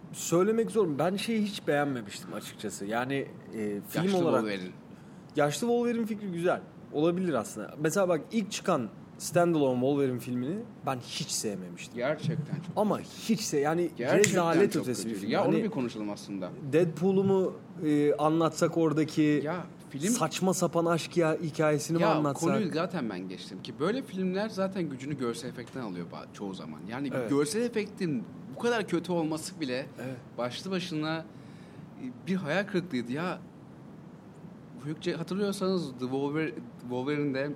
söylemek zor. Ben şeyi hiç beğenmemiştim açıkçası. Yani e, film Yaşlı olarak Wolverine. Yaşlı Wolverine fikri güzel. Olabilir aslında. Mesela bak ilk çıkan standalone Wolverine filmini ben hiç sevmemiştim. Gerçekten çok. Ama hiç se yani Gerçekten rezalet çok ötesi bir kötüydü. film. Ya hani onu bir konuşalım aslında. Deadpool'u mu e, anlatsak oradaki Ya film saçma sapan aşk ya, hikayesini ya mi anlatsak? konuyu zaten ben geçtim ki böyle filmler zaten gücünü görsel efektten alıyor ba- çoğu zaman. Yani Evet. görsel efektin bu kadar kötü olması bile Evet. başlı başına bir hayal kırıklığıydı ya. Büyükçe hatırlıyorsanız The Wolverine, Wolverine'de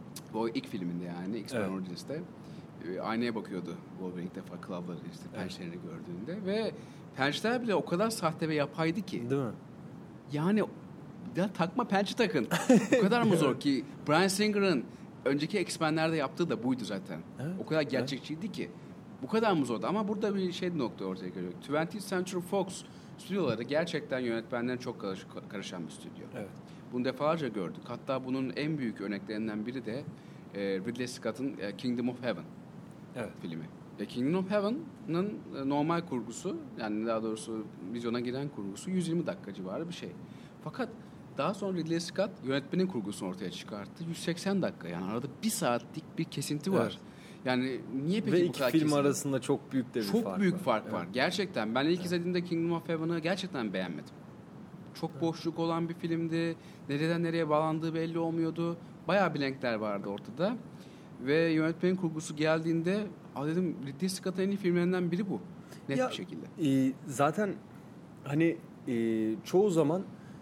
o ilk filminde yani X-Men Evet. Origins'te e, aynaya bakıyordu Wolverine ilk defa kılavları işte pençelerini gördüğünde ve pençeler bile o kadar sahte ve yapaydı ki. Değil mi? Yani ya takma pençe takın. Bu kadar mı zor ki? Bryan Singer'ın önceki X-Men'lerde yaptığı da buydu zaten. Evet, O kadar gerçekçiydi ki. Bu kadar mı zordu? Ama burada bir şey nokta ortaya geliyor. twentieth Century Fox stüdyoları gerçekten yönetmenlerin çok karış- karışan bir stüdyo. Evet. Bunu defalarca gördük. Hatta bunun en büyük örneklerinden biri de e, Ridley Scott'ın e, Kingdom of Heaven Evet. filmi. E, Kingdom of Heaven'ın e, normal kurgusu, yani daha doğrusu vizyona giren kurgusu yüz yirmi dakika civarı bir şey. Fakat daha sonra Ridley Scott yönetmenin kurgusunu ortaya çıkarttı. yüz seksen dakika, yani arada bir saatlik bir kesinti var. Evet. Yani niye peki Ve bu iki kadar film kesinti? arasında çok büyük de bir Çok fark büyük var. fark Evet. var. Gerçekten. Ben ilk evet. izlediğimde Kingdom of Heaven'ı gerçekten beğenmedim. Çok boşluk olan bir filmdi. Nereden nereye bağlandığı belli olmuyordu. Bayağı blankler vardı ortada. Ve yönetmenin kurgusu geldiğinde dedim Ridley Scott'ın en iyi filmlerinden biri bu. Net Ya, bir şekilde. E, zaten hani e, çoğu zaman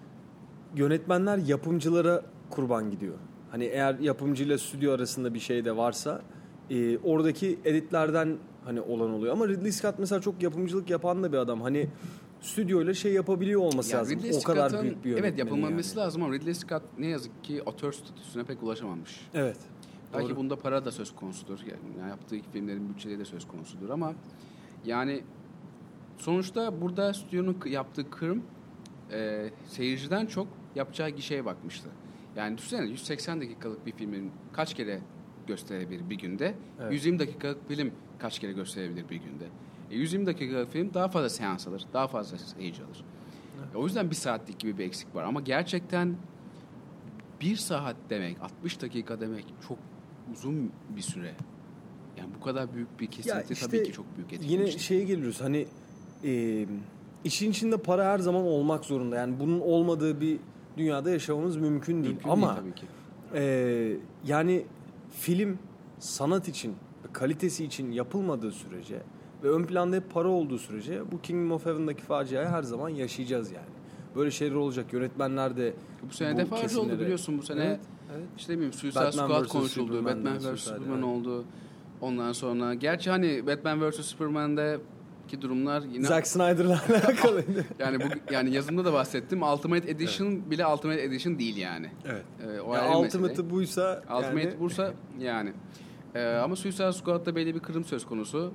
yönetmenler yapımcılara kurban gidiyor. Hani eğer yapımcıyla stüdyo arasında bir şey de varsa e, oradaki editlerden hani olan oluyor. Ama Ridley Scott mesela çok yapımcılık yapan da bir adam. Hani stüdyoyla şey yapabiliyor olması Ya lazım. Ridley O kadar Scott'ın- büyük bir yönetmen. Evet, yapılmaması yani. lazım ama Ridley Scott ne yazık ki otör statüsüne pek ulaşamamış. Evet. Belki Doğru. bunda para da söz konusudur. Yani yaptığı ilk filmlerin bütçeleri de söz konusudur ama yani sonuçta burada stüdyonun k- yaptığı kırım e, seyirciden çok yapacağı gişeye bakmıştı. Yani düşünsene yüz seksen dakikalık bir filmin kaç kere gösterebilir bir günde? Evet. yüz yirmi dakikalık film kaç kere gösterebilir bir günde? E, yüz yirmi dakikalık film daha fazla seans alır, daha fazla seyirci alır. E, o yüzden bir saatlik gibi bir eksik var ama gerçekten bir saat demek, altmış dakika demek çok uzun bir süre. Yani bu kadar büyük bir kesinti Ya işte tabii ki çok büyük Yine etkilemiştir. şeye geliyoruz hani e, işin içinde para her zaman olmak zorunda. Yani bunun olmadığı bir dünyada yaşamamız mümkün değil. Mümkün Ama değil tabii ki. e, yani film sanat için, kalitesi için yapılmadığı sürece ve ön planda hep para olduğu sürece bu Kingdom of Heaven'daki faciayı her zaman yaşayacağız yani. Böyle şeyler olacak. Yönetmenler de Bu sene defalarca oldu kesimlere- biliyorsun bu sene. Evet, evet. İşte bilmiyorum Suicide Batman Squad versus konuşuldu. Superman, Batman versus Suicide, Superman evet. oldu. Ondan sonra gerçi hani Batman versus Superman'deki durumlar yine Zack Snyder'la alakalı. yani bu yani yazımda da bahsettim. Ultimate Edition bile Ultimate Edition değil yani. Evet. Ee, o Ya ayrı bir mesele. Ultimate'ı buysa Ultimate yani... Bursa yani. Ee, ama Suicide Squad'da belli bir kırım söz konusu.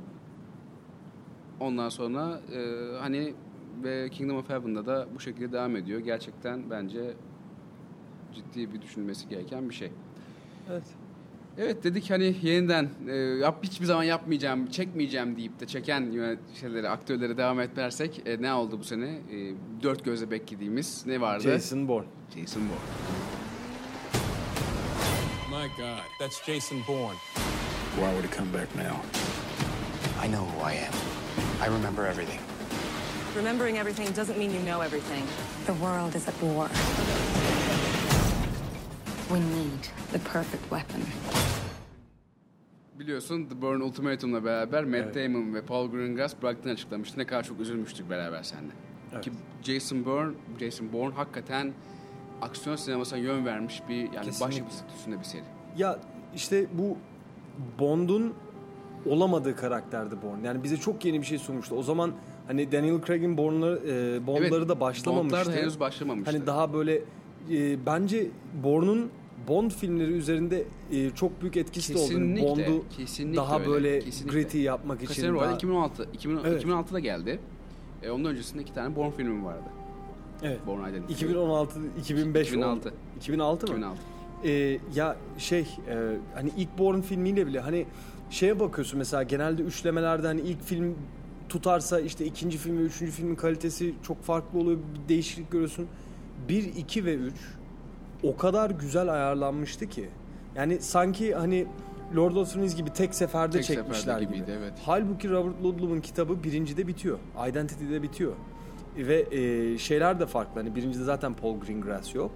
Ondan sonra e, hani ve Kingdom of Heaven'da da bu şekilde devam ediyor. Gerçekten bence ciddi bir düşünülmesi gereken bir şey. Evet. Evet dedik hani yeniden e, yap hiçbir zaman yapmayacağım, çekmeyeceğim deyip de çeken yönet- şeyleri, aktörlere devam etmersek e, ne oldu bu sene? E, dört gözle beklediğimiz ne vardı? Jason Bourne. Jason Bourne. My God, that's Jason Bourne. Why would he come back now? I know who I am. I remember everything. Remembering everything doesn't mean you know everything. The world is at war. We need the perfect weapon. Biliyorsun The Bourne Ultimatum'la beraber Matt Evet. Damon ve Paul Greengrass bıraktığını açıklamıştı. Ne kadar çok üzülmüştük beraber seninle. Evet. Ki Jason Bourne, Jason Bourne hakikaten aksiyon sinemasına yön vermiş bir yani Kesinlikle. başyapıt üstünde bir seri. Ya işte bu Bond'un olamadığı karakterdi Bourne. Yani bize çok yeni bir şey sunmuştu. O zaman hani Daniel Craig'in Bourne'ları, e, Bond'ları Evet, da başlamamıştı. Bond'lar da henüz başlamamıştı. Hani daha böyle e, bence Bourne'un Bond filmleri üzerinde e, çok büyük etkisi de oldu. Kesinlikle, Bond'u kesinlikle daha öyle, böyle kesinlikle. gritty yapmak için. Casino Royale daha... iki bin on altı, iki bin, Evet. iki bin altıda geldi. E, onun öncesinde iki tane Bourne filmi vardı. Evet. Bourne Identity. iki bin on altı, iki bin beş, iki bin altı. iki bin altı mı? iki bin altı. Ee, ya şey e, hani ilk Bourne filmiyle bile hani şeye bakıyorsun mesela genelde üçlemelerde hani ilk film tutarsa işte ikinci film ve üçüncü filmin kalitesi çok farklı oluyor. Bir değişiklik görüyorsun. bir, iki ve üç o kadar güzel ayarlanmıştı ki. Yani sanki hani Lord of the Rings gibi tek seferde tek çekmişler seferde gibi. gibiydi, evet. Halbuki Robert Ludlum'un kitabı birincide bitiyor. Identity'de bitiyor. Ve e, şeyler de farklı. Hani birincide zaten Paul Greengrass yok.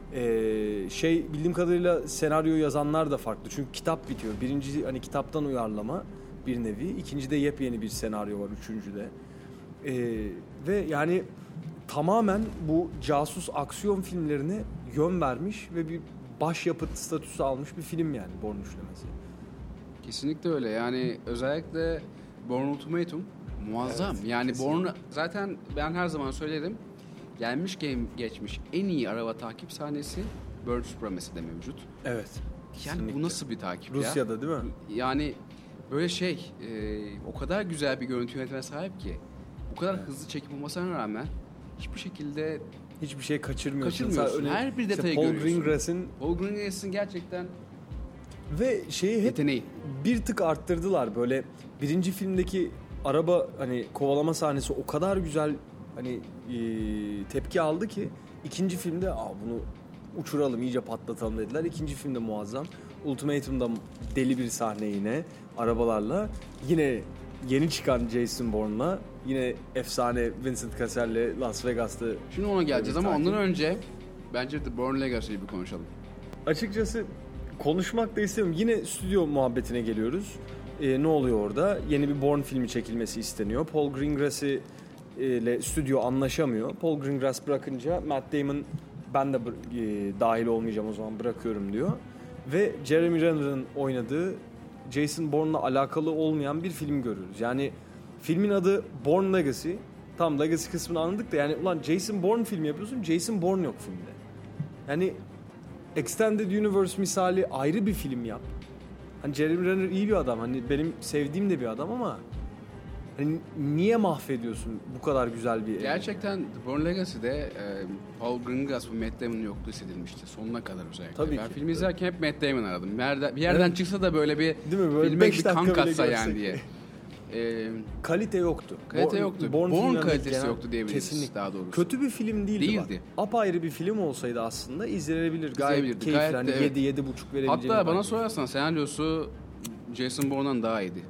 E, şey bildiğim kadarıyla senaryo yazanlar da farklı. Çünkü kitap bitiyor. Birinci hani kitaptan uyarlama bir nevi. İkincide yepyeni bir senaryo var. Üçüncüde. E, ve yani tamamen bu casus aksiyon filmlerine yön vermiş ve bir başyapıt statüsü almış bir film yani Bourne üçlemesi. Kesinlikle öyle. Yani özellikle Bourne Ultimatum muazzam. Evet, yani kesinlikle. Bourne zaten ben her zaman söylerim. Gelmiş game geçmiş en iyi araba takip sahnesi Bourne Supremacy'de mevcut. Evet. Yani kesinlikle. bu nasıl bir takip Rusya'da ya? değil mi? Yani böyle şey e, o kadar güzel bir görüntü yönetmene sahip ki bu kadar Evet. hızlı çekim olmasına rağmen hiçbir şekilde hiçbir şey kaçırmıyorsun. kaçırmıyorsun. Öyle- Her bir işte detayı Paul görüyorsun. Greengrass'in Paul Greengrass'in gerçekten ve şeyi hep yeteneği. bir tık arttırdılar. Böyle birinci filmdeki araba hani kovalama sahnesi o kadar güzel hani e, tepki aldı ki ikinci filmde Aa, bunu uçuralım iyice patlatalım dediler. İkinci filmde muazzam. Ultimatum'da deli bir sahne yine arabalarla. Yine yeni çıkan Jason Bourne'la yine efsane Vincent Cassel'le Las Vegas'ta. Şimdi ona geleceğiz bir ama takip. ondan önce bence The Bourne Legacy'yi bir konuşalım. Açıkçası konuşmak da istemiyorum. Yine stüdyo muhabbetine geliyoruz. Ee, ne oluyor orada? Yeni bir Bourne filmi çekilmesi isteniyor. Paul Greengrass ile stüdyo anlaşamıyor. Paul Greengrass bırakınca Matt Damon ben de e, dahil olmayacağım o zaman bırakıyorum diyor. Ve Jeremy Renner'ın oynadığı Jason Bourne'la alakalı olmayan bir film görüyoruz. Yani filmin adı Bourne Legacy. Tam Legacy kısmını anladık da yani ulan Jason Bourne filmi yapıyorsun. Jason Bourne yok filmde. Yani Extended Universe misali ayrı bir film yap. Hani Jeremy Renner iyi bir adam. Hani benim sevdiğim de bir adam ama hani niye mahvediyorsun bu kadar güzel bir Gerçekten The Bourne Legacy'de e, Paul Greengrass ve Matt Damon'un yokluğu hissedilmişti. Sonuna kadar özellikle. Tabii ben ki. filmi izlerken hep Matt Damon aradım. Bir yerden, bir yerden Evet. çıksa da böyle bir Değil mi? Böyle filme beş bir dakika kan bile katsa görsek. yani diye. E, kalite yoktu. kalite Bo- yoktu. Bourne Bourne filmlerindeki kalitesi genel- yoktu diyebiliriz Kesinlikle. daha doğrusu. Kötü bir film değildi. Değildi. Bak. Apayrı bir film olsaydı aslında izlenebilir. Gayet İzlenebilirdi. keyifli. Gayet Hani de evet. yedi yedi buçuk verebileceğim. Hatta bana sorarsan senaryosu Jason Bourne'dan daha iyiydi.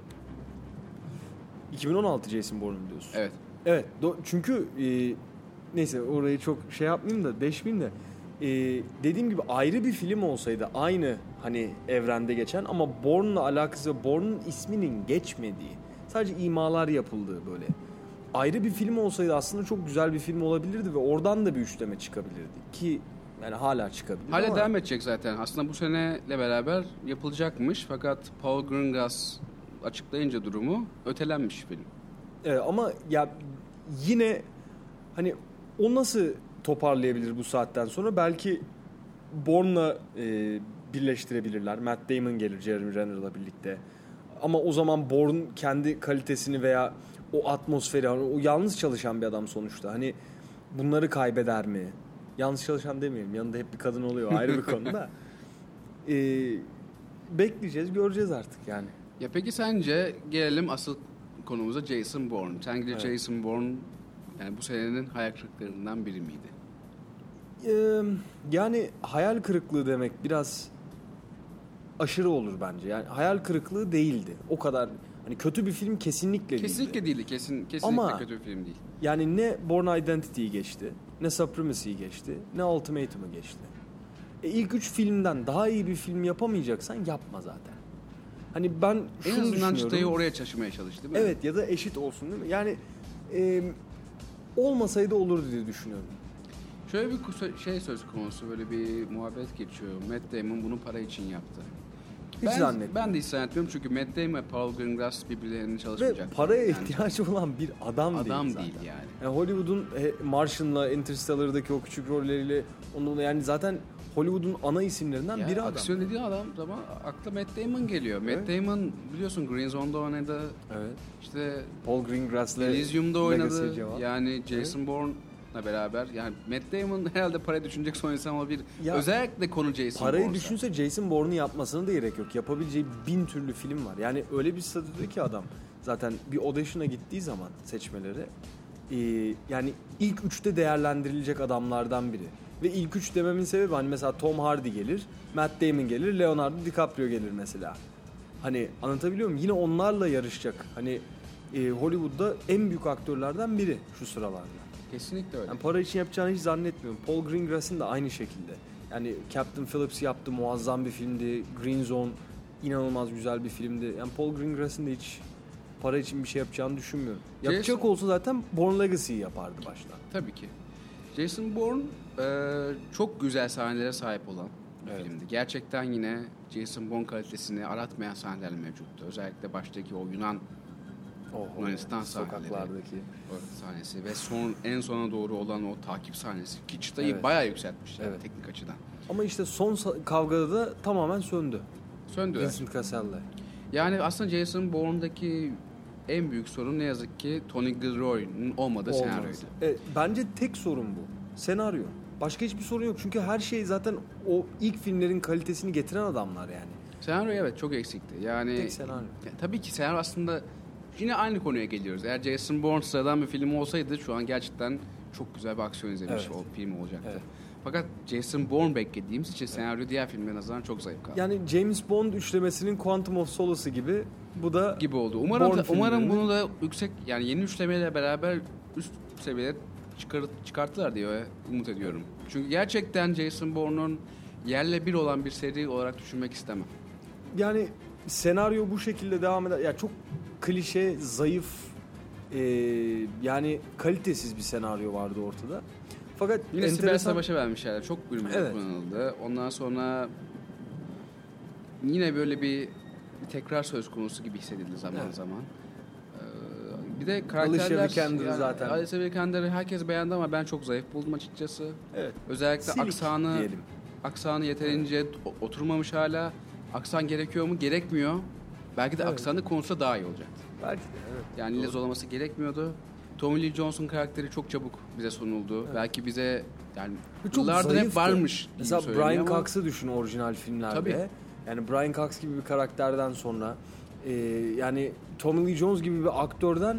iki bin on altı Jason Bourne diyorsun. Evet. Evet. Do- çünkü e, neyse orayı çok şey yapmayayım da deşmeyeyim de e, dediğim gibi ayrı bir film olsaydı aynı hani evrende geçen ama Bourne'la alakası Bourne'un isminin geçmediği sadece imalar yapıldığı böyle ayrı bir film olsaydı aslında çok güzel bir film olabilirdi ve oradan da bir üçleme çıkabilirdi ki yani hala çıkabilir Hala ama devam edecek zaten. Aslında bu seneyle beraber yapılacakmış fakat Paul Greengrass açıklayınca durumu ötelenmiş film. evet, ama ya yine hani o nasıl toparlayabilir bu saatten sonra belki Bourne'la e, birleştirebilirler. Matt Damon gelir Jeremy Renner'la birlikte. Ama o zaman Bourne kendi kalitesini veya o atmosferi, o yalnız çalışan bir adam sonuçta. Hani bunları kaybeder mi? Yalnız çalışan demeyelim. Yanında hep bir kadın oluyor. Ayrı bir konuda. E, bekleyeceğiz, göreceğiz artık yani. Ya peki sence gelelim asıl konumuza Jason Bourne. Sence Evet. Jason Bourne yani bu senenin hayal kırıklıklarından biri miydi? Ee, yani hayal kırıklığı demek biraz aşırı olur bence. Yani hayal kırıklığı değildi. O kadar hani kötü bir film kesinlikle değildi. Kesinlikle değildi. Kesin, kesinlikle Ama- kötü bir film değil. Yani ne Bourne Identity'yi geçti, ne Supremacy'yi geçti, ne Ultimatum'u geçti. E ilk üç filmden daha iyi bir film yapamayacaksan yapma zaten. Hani ben En şunu azından düşünüyorum. çıtayı oraya taşımaya çalıştı değil mi? Evet ya da eşit olsun değil mi? Yani e, olmasaydı olurdu diye düşünüyorum. Şöyle bir kus- şey söz konusu, böyle bir muhabbet geçiyor. Matt Damon bunu para için yaptı. Hiç ben, zannetmiyorum. Ben de hiç zannetmiyorum çünkü Matt Damon ve Paul Greengrass birbirlerinin çalışmayacak. Ve paraya Yani ihtiyacı olan bir adam, adam değil değil zaten. yani. Yani Hollywood'un e, Martian'la, Interstellar'daki o küçük rolleriyle onunla yani zaten Hollywood'un ana isimlerinden Ya biri adam. aksiyon dediği adam zaman akla Matt Damon geliyor. Matt Damon biliyorsun Green Zone'da oynadı. Evet. İşte Paul Greengrass'la Elysium'da Legacy oynadı. cevap. Yani Jason Bourne'la beraber. Yani Matt Damon herhalde parayı düşünecek son insan olabilir. Ya, özellikle konu Jason Parayı Bourne'sa. düşünse Jason Bourne'u yapmasına da gerek yok. Yapabileceği bin türlü film var. Yani öyle bir statüde ki adam. zaten bir audition'a gittiği zaman seçmelere e, yani ilk üçte değerlendirilecek adamlardan biri. Ve ilk üç dememin sebebi hani mesela Tom Hardy gelir, Matt Damon gelir, Leonardo DiCaprio gelir mesela. Hani anlatabiliyor muyum? Yine onlarla yarışacak. Hani e, Hollywood'da en büyük aktörlerden biri şu sıralarda. Kesinlikle öyle. Yani para için yapacağını hiç zannetmiyorum. Paul Greengrass'ın da aynı şekilde. Yani Captain Phillips yaptı, muazzam bir filmdi. Green Zone inanılmaz güzel bir filmdi. Yani Paul Greengrass'ın da hiç para için bir şey yapacağını düşünmüyorum. Yapacak Jason... olsa zaten Bourne Legacy'yi yapardı baştan. Tabii ki. Jason Bourne e, çok güzel sahnelere sahip olan bir evet. filmdi. Gerçekten yine Jason Bourne kalitesini aratmayan sahneler mevcuttu. Özellikle baştaki o Yunan oh, Yunanistan sahneleri. Sokaklardaki sahnesi ve son en sona doğru olan o takip sahnesi. Ki çıtayı evet. bayağı yükseltmişler evet. teknik açıdan. Ama işte son kavgada da tamamen söndü. Söndü. Vincent Cassell'le. Yani aslında Jason Bourne'daki en büyük sorun ne yazık ki Tony Gilroy'un olmadığı senaryoydu. E, bence tek sorun bu. Senaryo. Başka hiçbir sorun yok. Çünkü her şey zaten o ilk filmlerin kalitesini getiren adamlar yani. Senaryo evet çok eksikti. Yani tek senaryo. Ya, tabii ki senaryo aslında yine aynı konuya geliyoruz. Eğer Jason Bourne sıradan bir film olsaydı şu an gerçekten çok güzel bir aksiyon izlemiş evet. o film olacaktı. Evet. Fakat Jason Bourne beklediğimiz için evet. senaryo diğer filmlerine nazaran çok zayıf kaldı. Yani James Bond üçlemesinin Quantum of Solace'ı gibi bu da gibi oldu. Umarım umarım bunu da yüksek yani yeni üçlemeyle beraber üst seviyeye çıkart, çıkarttılar diye umut ediyorum. Çünkü gerçekten Jason Bourne'un yerle bir olan bir seri olarak düşünmek istemem. Yani senaryo bu şekilde devam eder. Ya çok klişe, zayıf, e, yani kalitesiz bir senaryo vardı ortada. Fakat yine enteresan... Sibel Savaş'a vermişler. Çok gülmeli evet. kullanıldı. Ondan sonra yine böyle bir, bir tekrar söz konusu gibi hissedildi zaman evet. zaman. Ee, bir de karakterler... Alicia Vikander yani, zaten. Alicia Vikander'ı herkes beğendi ama ben çok zayıf buldum açıkçası. Evet. Özellikle Silik aksanı diyelim. aksanı yeterince evet. oturmamış hala. Aksan gerekiyor mu? Gerekmiyor. Belki de evet. aksanı konusunda daha iyi olacaktı. Belki de evet. Yani Liz olaması gerekmiyordu. Tommy Lee Jones'un karakteri çok çabuk bize sunuldu. Evet. Belki bize yani yıllardır hep varmış. Mesela Brian Cox'ı düşün orijinal filmlerde. Tabii. Yani Brian Cox gibi bir karakterden sonra e, yani Tommy Lee Jones gibi bir aktörden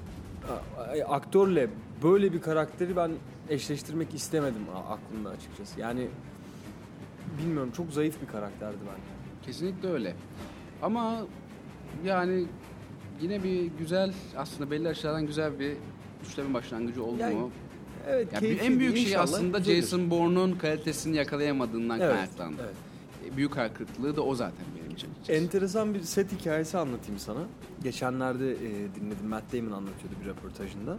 aktörle böyle bir karakteri ben eşleştirmek istemedim aklımda açıkçası. Yani bilmiyorum çok zayıf bir karakterdi bence. Kesinlikle öyle. Ama yani yine bir güzel aslında belli açılardan güzel bir üçleme başlangıcı oldu yani, mu? Evet. Yani en büyük şey aslında güzeldir. Jason Bourne'un kalitesini yakalayamadığından evet, kaynaklandı. Evet. Büyük hayal kırıklığı da o zaten benim için. Enteresan bir set hikayesi anlatayım sana. Geçenlerde e, dinledim, Matt Damon anlatıyordu bir röportajında.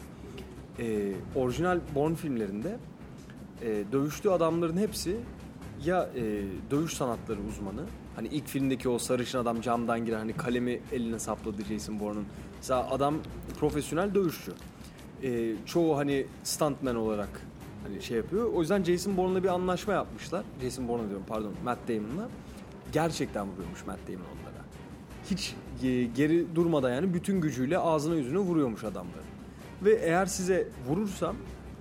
E, orijinal Bourne filmlerinde e, dövüştüğü adamların hepsi ya e, dövüş sanatları uzmanı. Hani ilk filmdeki o sarışın adam camdan giren hani kalemi eline sapladı Jason Bourne'un. Mesela adam profesyonel dövüşçü. Ee, çoğu hani stuntman olarak hani şey yapıyor. O yüzden Jason Bourne'la bir anlaşma yapmışlar. Jason Bourne'la diyorum pardon Matt Damon'la. Gerçekten vuruyormuş Matt Damon onlara. Hiç e, geri durmadan yani bütün gücüyle ağzına yüzüne vuruyormuş adamları. Ve eğer size vurursam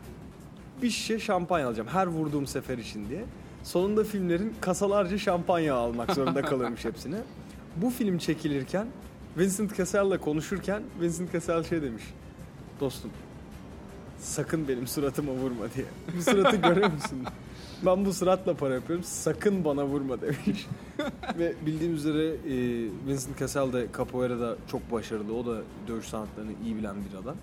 bir şişe şampanya alacağım her vurduğum sefer için diye. Sonunda filmlerin kasalarca şampanya almak zorunda kalıyormuş hepsine. Bu film çekilirken Vincent Cassell'la konuşurken Vincent Cassell şey demiş. Dostum sakın benim suratıma vurma diye. Bu suratı görüyor musun? Ben bu suratla para yapıyorum. Sakın bana vurma demiş. Ve bildiğim üzere e, Vincent Cassell de Capoeira'da çok başarılı. O da dövüş sanatlarını iyi bilen bir adam.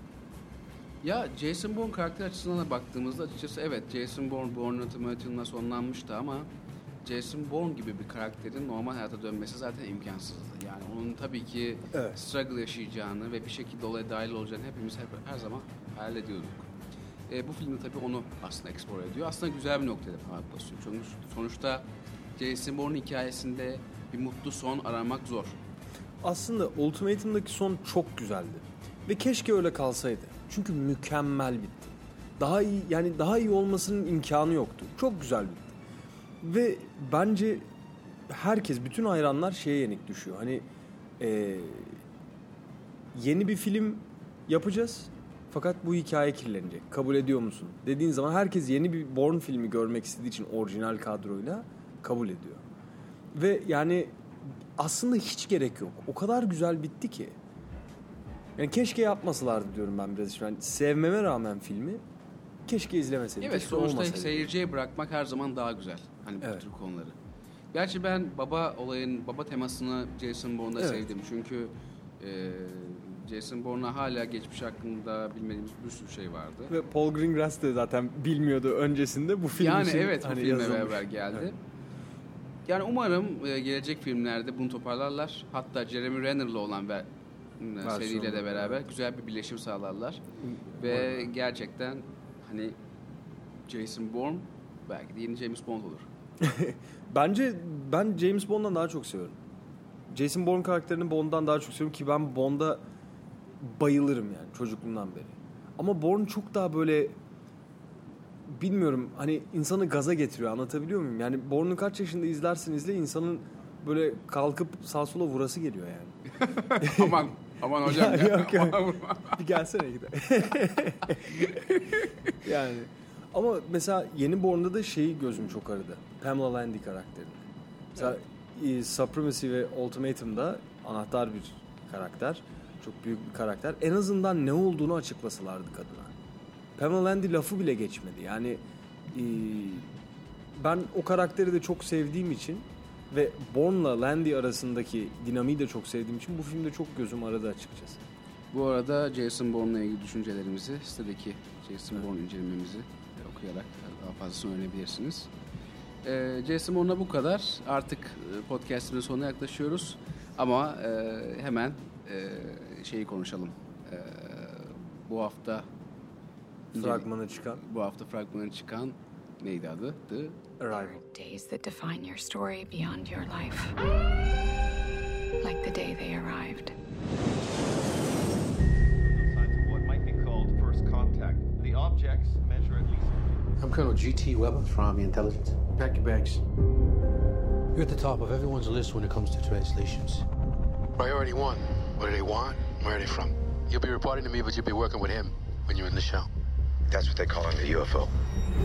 Ya Jason Bourne karakter açısından da baktığımızda açıkçası evet Jason Bourne Bourne Ultimate'ınla sonlanmıştı ama Jason Bourne gibi bir karakterin normal hayata dönmesi zaten imkansızdı. Yani onun tabii ki evet. struggle yaşayacağını ve bir şekilde olaya dahil olacağını hepimiz hep, her zaman hayal ediyorduk. E, bu filmde tabii onu aslında explore ediyor. Aslında güzel bir noktada parmak basıyor. Çünkü sonuçta Jason Bourne hikayesinde bir mutlu son aramak zor. Aslında Ultimate'ındaki son çok güzeldi. Ve keşke öyle kalsaydı. Çünkü mükemmel bitti. Daha iyi yani daha iyi olmasının imkanı yoktu. Çok güzel bitti. Ve bence herkes, bütün hayranlar şeye yenik düşüyor. Hani e, yeni bir film yapacağız fakat bu hikaye kirlenecek. Kabul ediyor musun? Dediğin zaman herkes yeni bir Bourne filmi görmek istediği için orijinal kadroyla kabul ediyor. Ve yani aslında hiç gerek yok. O kadar güzel bitti ki. Yani keşke yapmasalardı diyorum ben biraz. Yani sevmeme rağmen filmi keşke izlemeseydim. Evet, keşke sonuçta olmasaydı. seyirciye bırakmak her zaman daha güzel. Hani evet. bu tür konuları. Gerçi ben baba olayın, baba temasını Jason Bourne'da evet. sevdim. Çünkü e, Jason Bourne'a hala geçmiş hakkında bilmediğimiz bir sürü şey vardı. Ve Paul Greengrass de zaten bilmiyordu öncesinde bu film yani için. Yani evet, bu hani filme yazılmış. beraber geldi. Evet. Yani umarım e, gelecek filmlerde bunu toparlarlar. Hatta Jeremy Renner'la olan ve e, seriyle de beraber evet. güzel bir birleşim sağlarlar. Ve umarım. Gerçekten hani Jason Bourne belki de yeni James Bond olur. Bence ben James Bond'dan daha çok seviyorum. Jason Bourne karakterini Bond'dan daha çok seviyorum ki ben Bond'a bayılırım yani çocukluğumdan beri. Ama Bourne çok daha böyle bilmiyorum hani insanı gaza getiriyor, anlatabiliyor muyum? Yani Bourne'u kaç yaşında izlersin izle insanın böyle kalkıp sağ sola vurası geliyor yani. aman aman hocam ya. Yok, yok. Bir gelsene gidelim. Yani ama mesela yeni Bourne'da da şeyi gözüm çok aradı. Pamela Landy karakterini. Mesela evet. Supremacy ve Ultimatum'da anahtar bir karakter. Çok büyük bir karakter. En azından ne olduğunu açıklasalardı kadına. Pamela Landy lafı bile geçmedi. Yani e, ben o karakteri de çok sevdiğim için ve Bourne'la Landy arasındaki dinamiği de çok sevdiğim için bu filmde çok gözüm aradı açıkçası. Bu arada Jason Bourne'la ilgili düşüncelerimizi sitedeki Jason evet. Bourne incelememizi okuyarak daha fazlasını öğrenebilirsiniz. Ee, Jason Bourne'la bu kadar. Artık podcast'imizin sonuna yaklaşıyoruz. Ama e, hemen e, şeyi konuşalım. E, bu hafta fragmanı çıkan. Bu hafta fragmanı çıkan neydi adı? The Arrival. Days that define your story beyond your life. Like the day they arrived. What might be called first contact. The objects measure at least. I'm Colonel G T Weber from Army Intelligence. Pack your bags. You're at the top of everyone's list when it comes to translations. Priority one. What do they want? Where are they from? You'll be reporting to me, but you'll be working with him when you're in the show. That's what they call in the U F O.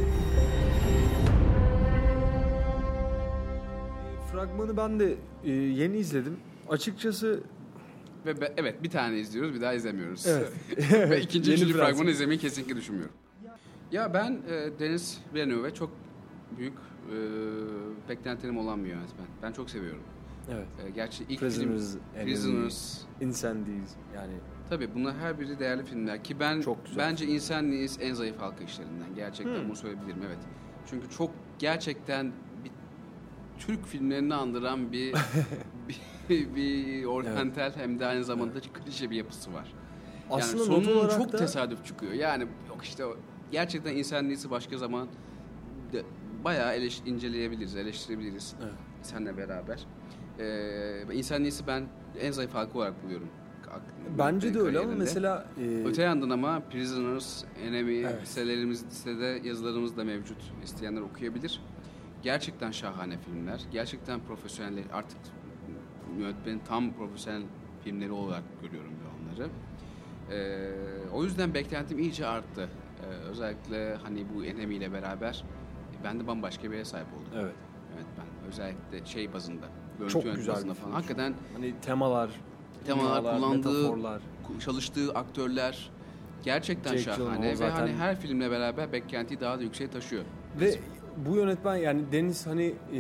Fragmanı ben de e, yeni izledim. Açıkçası ve be, evet bir tane izliyoruz, bir daha izlemiyoruz. Evet. Ve ikinci, üçüncü fragmanı izlemeyi kesinlikle düşünmüyorum. Ya ben e, Denis Villeneuve çok büyük e, beklentilerim olan bir yönetmen. Ben çok seviyorum. Evet. E, gerçi ilk Prisoners, film Prisoners, Incendies yani. Tabii bunlar her biri değerli filmler ki ben bence Incendies en zayıf halka işlerinden. Gerçekten hmm. bunu söyleyebilirim, evet. Çünkü çok gerçekten bir Türk filmlerini andıran bir bir, bir oryantal evet. hem de aynı zamanda evet. klişe bir yapısı var. Aslında yani sonun çok da... tesadüf çıkıyor. Yani yok işte gerçekten Incendies'i başka zaman de bayağı eleş, inceleyebiliriz, eleştirebiliriz evet. seninle beraber. Ee, Incendies'i ben en zayıf halka olarak buluyorum. Bence de öyle ama mesela e... öte yandan ama Prisoners, Enemy evet. listelerimiz, listede yazılarımız da mevcut. İsteyenler okuyabilir. Gerçekten şahane filmler. Gerçekten profesyonel, artık yönetmenin tam profesyonel filmleri olarak görüyorum ben onları. Ee, o yüzden beklentim iyice arttı. Ee, özellikle hani bu Enemy ile beraber ben de bambaşka bir yere sahip oldum. Evet. Evet ben özellikle şey bazında, çok güzel bazında falan. Hakikaten hani temalar temalar, temalar kullandığı, metaforlar. Çalıştığı aktörler gerçekten Jake şahane ve zaten... hani her filmle beraber beklentiyi daha da yükseğe taşıyor. Ve bu yönetmen yani Deniz hani e,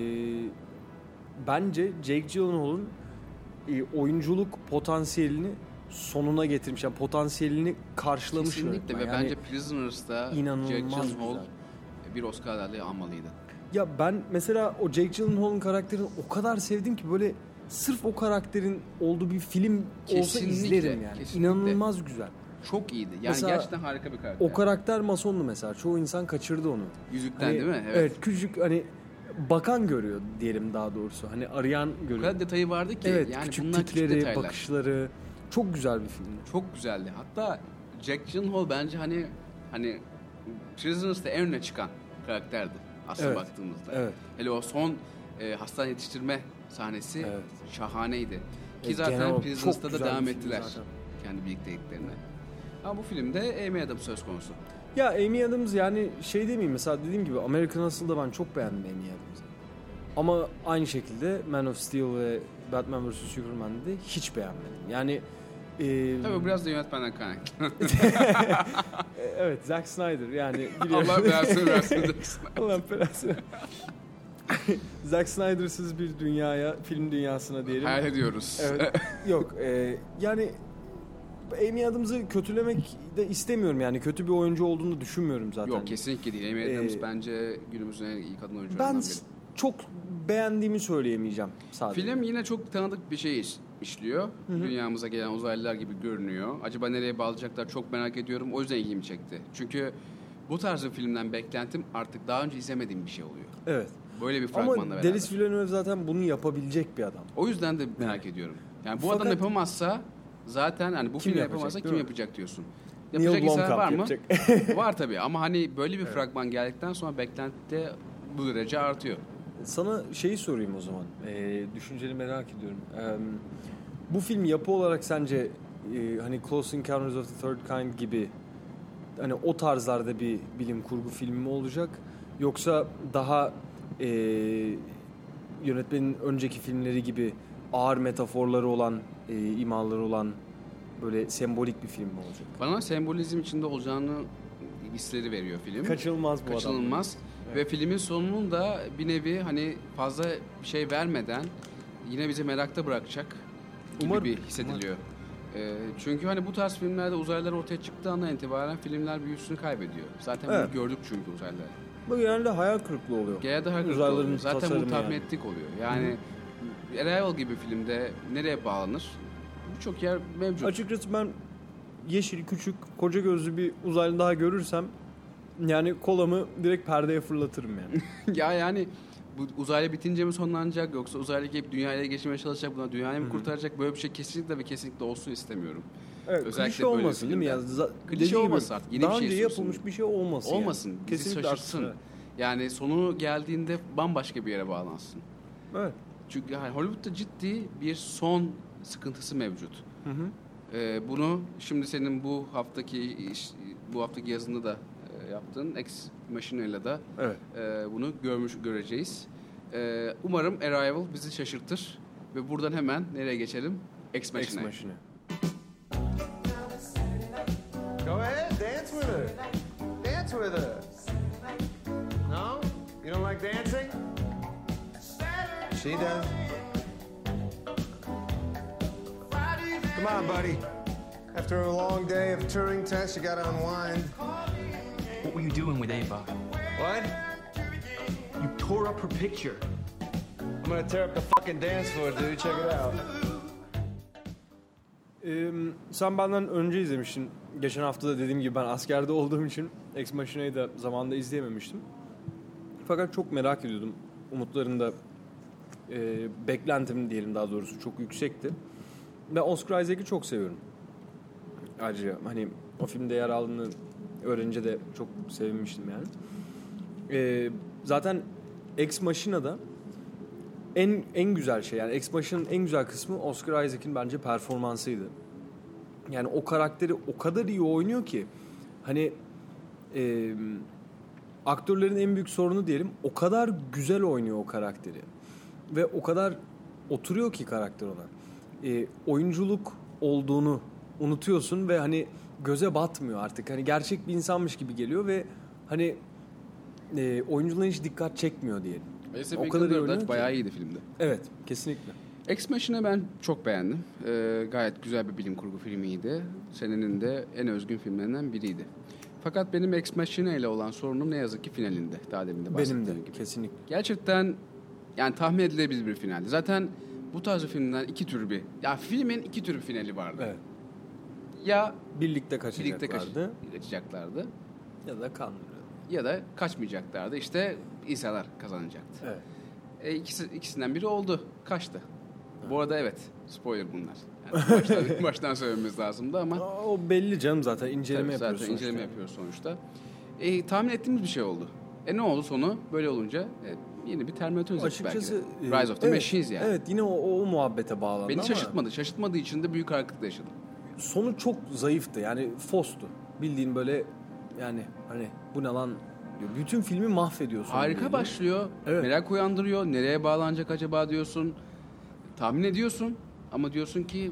bence Jake Gyllenhaal'ın e, oyunculuk potansiyelini sonuna getirmiş. Yani potansiyelini karşılamış kesinlikle yönetmen. Ve yani bence Prisoners'ta Jake Gyllenhaal bir Oscar adaylığı almalıydı. Ya ben mesela o Jake Gyllenhaal'ın karakterini o kadar sevdim ki böyle sırf o karakterin olduğu bir film kesinlikle, olsa izlerim yani. Kesinlikle. İnanılmaz güzel. Çok iyiydi. Yani mesela, gerçekten harika bir karakter. O karakter masonlu mesela. Çoğu insan kaçırdı onu. Yüzükten hani, değil mi? Evet. Evet. Küçük hani bakan görüyor diyelim daha doğrusu. Hani arayan görüyor. O kadar detayı vardı ki. Evet. Yani küçük bunlar tipleri, küçük detaylar. bakışları. Çok güzel bir film. Çok güzeldi. Hatta Jake Gyllenhaal bence hani hani Prisoners'ta en öne çıkan karakterdi. Aslında evet. baktığımızda. Evet. Hele o son e, hastane yetiştirme sahnesi evet. şahaneydi. Ki evet, zaten Prisoners'ta da devam ettiler zaten. Kendi birlikteliklerine. Ama bu filmde Amy Adams söz konusu. Ya Amy Adams yani şey demeyeyim mesela dediğim gibi American Hustle'da ben çok beğendim Amy Adams'ı. Ama aynı şekilde Man of Steel ve Batman versus. Superman'de de hiç beğenmedim. Yani Ee, Tabii biraz da yönetmenden kaynaklı. Evet, Zack Snyder yani. Allah belasını versin. Allah belasını. Zack Snyder'sız bir dünyaya, film dünyasına diyelim. Hayal ediyoruz. Evet. Yok, e, yani Amy Adams'ı kötülemek de istemiyorum yani. Kötü bir oyuncu olduğunu düşünmüyorum zaten. Yok, kesinlikle değil. Amy Adams ee, bence günümüzün en iyi kadın oyuncularından biri. Ben çok beğendiğimi söyleyemeyeceğim sadece. Film yine çok tanıdık bir şey iş, işliyor. Hı-hı. Dünyamıza gelen uzaylılar gibi görünüyor. Acaba nereye bağlayacaklar çok merak ediyorum. O yüzden ilgimi çekti. Çünkü bu tarz bir filmden beklentim artık daha önce izlemediğim bir şey oluyor. Evet. Böyle bir fragmanla Ama beraber. Denis Villeneuve zaten bunu yapabilecek bir adam. O yüzden de merak evet. ediyorum. Yani bu Fakat, adam yapamazsa zaten hani bu film yapamazsa kim yapacak diyorsun. Yapacak insan var mı? Var tabii ama hani böyle bir evet. fragman geldikten sonra beklenti de bu derece artıyor. Sana şeyi sorayım o zaman. Ee, düşünceni merak ediyorum. Ee, bu film yapı olarak sence e, hani Close Encounters of the Third Kind gibi hani o tarzlarda bir bilim kurgu filmi mi olacak? Yoksa daha e, yönetmenin önceki filmleri gibi ağır metaforları olan, e, imaları olan böyle sembolik bir film mi olacak? Bana sembolizm içinde olacağını hisleri veriyor film. Kaçınılmaz bu adam. Kaçınılmaz. Evet. Ve filmin sonunun da bir nevi hani fazla bir şey vermeden yine bizi merakta bırakacak gibi umarım, bir hissediliyor. E, çünkü hani bu tarz filmlerde uzaylılar ortaya çıktığı andan itibaren filmler büyüsünü kaybediyor. Zaten evet. bunu gördük çünkü uzaylılar. Bu genelde hayal kırıklığı oluyor. Genelde hayal kırıklığı oluyor. Zaten bunu tahmin yani. ettik oluyor. Yani Hı. Arrival gibi filmde nereye bağlanır? Birçok yer mevcut. Açıkçası ben yeşil, küçük, koca gözlü bir uzaylı daha görürsem yani kolamı direkt perdeye fırlatırım yani. Ya yani bu uzaylı bitince mi sonlanacak yoksa uzaylı gelip dünyayla geçmeye çalışacak, buna dünyayı mı kurtaracak? Böyle bir şey kesinlikle ve kesinlikle olsun istemiyorum. Evet, özellikle klişe olmasın değil mi? Yani, klişe olmasın artık. Yeni daha bir şey önce yapılmış bir şey olmasın. Olmasın. Yani. Bizi kesinlikle şaşırsın. Aksine. Yani sonu geldiğinde bambaşka bir yere bağlansın. Evet. Çünkü yani Hollywood'da ciddi bir son sıkıntısı mevcut. Hı hı. Ee, bunu şimdi senin bu haftaki iş, bu haftaki yazında da e, yaptığın Ex Machina'yla da evet. e, bunu görmüş göreceğiz. E, umarım Arrival bizi şaşırtır ve buradan hemen nereye geçelim? Ex Machina. Ex Machina. Go ahead, dance with her. Dance with her. No? You don't like dancing? She does. Come on, buddy. After a long day of Turing tests, you gotta unwind. What were you doing with Ava? What? You tore up her picture. I'm gonna tear up the fucking dance floor, dude. Check it out. Ee, sen benden önce izlemiştin. Geçen hafta da dediğim gibi ben askerde olduğum için Ex Machina'yı da zamanında izleyememiştim. Fakat çok merak ediyordum. Umutların da e, beklentim diyelim daha doğrusu çok yüksekti. Ben Oscar Isaac'i çok seviyorum. Ayrıca hani o filmde yer aldığını öğrenince de çok sevinmiştim yani. Ee, zaten Ex Machina'da en en güzel şey yani Ex Machina'nın en güzel kısmı Oscar Isaac'in bence performansıydı. Yani o karakteri o kadar iyi oynuyor ki hani e, aktörlerin en büyük sorunu diyelim o kadar güzel oynuyor o karakteri ve o kadar oturuyor ki karakter ona. E, oyunculuk olduğunu unutuyorsun ve hani göze batmıyor artık. Hani gerçek bir insanmış gibi geliyor ve hani e, oyunculuğuna hiç dikkat çekmiyor diyelim. O kadar iyi oynuyor ki. Bayağı iyiydi filmde. Evet, kesinlikle. Ex Machina ben çok beğendim. Ee, gayet güzel bir bilim kurgu filmiydi. Senenin de en özgün filmlerinden biriydi. Fakat benim Ex Machina ile olan sorunum ne yazık ki finalinde. Daha demin de bahsettiğim Benim de, gibi. Kesinlikle. Gerçekten yani tahmin edilebilir bir finaldi. Zaten bu tarz filmler iki tür bir... Ya filmin iki tür bir finali vardı. Evet. Ya birlikte kaçacaklardı. Birlikte kaç, kaçacaklardı. Ya da kan. Ya da kaçmayacaklardı. İşte insanlar kazanacaktı. Evet. E, ikisi, ikisinden biri oldu. Kaçtı. Evet. Bu arada evet. Spoiler bunlar. Yani baştan, baştan söylememiz lazımdı ama... O belli canım zaten. İnceleme yapıyoruz zaten sonuçta. inceleme yapıyoruz sonuçta. E, tahmin ettiğimiz bir şey oldu. E ne oldu sonu? Böyle olunca e, yeni bir Terminator izledik belki de. Rise of the evet, Machines yani. Evet yine o, o muhabbete bağlandı Beni ama... şaşırtmadı. Şaşırtmadığı için de büyük harikalıkla yaşadım. Sonu çok zayıftı. Yani Fost'tu. Bildiğin böyle yani hani bu ne lan diyor. Bütün filmi mahvediyorsun. Harika diye. başlıyor. Evet. Merak uyandırıyor. Nereye bağlanacak acaba diyorsun. Tahmin ediyorsun. Ama diyorsun ki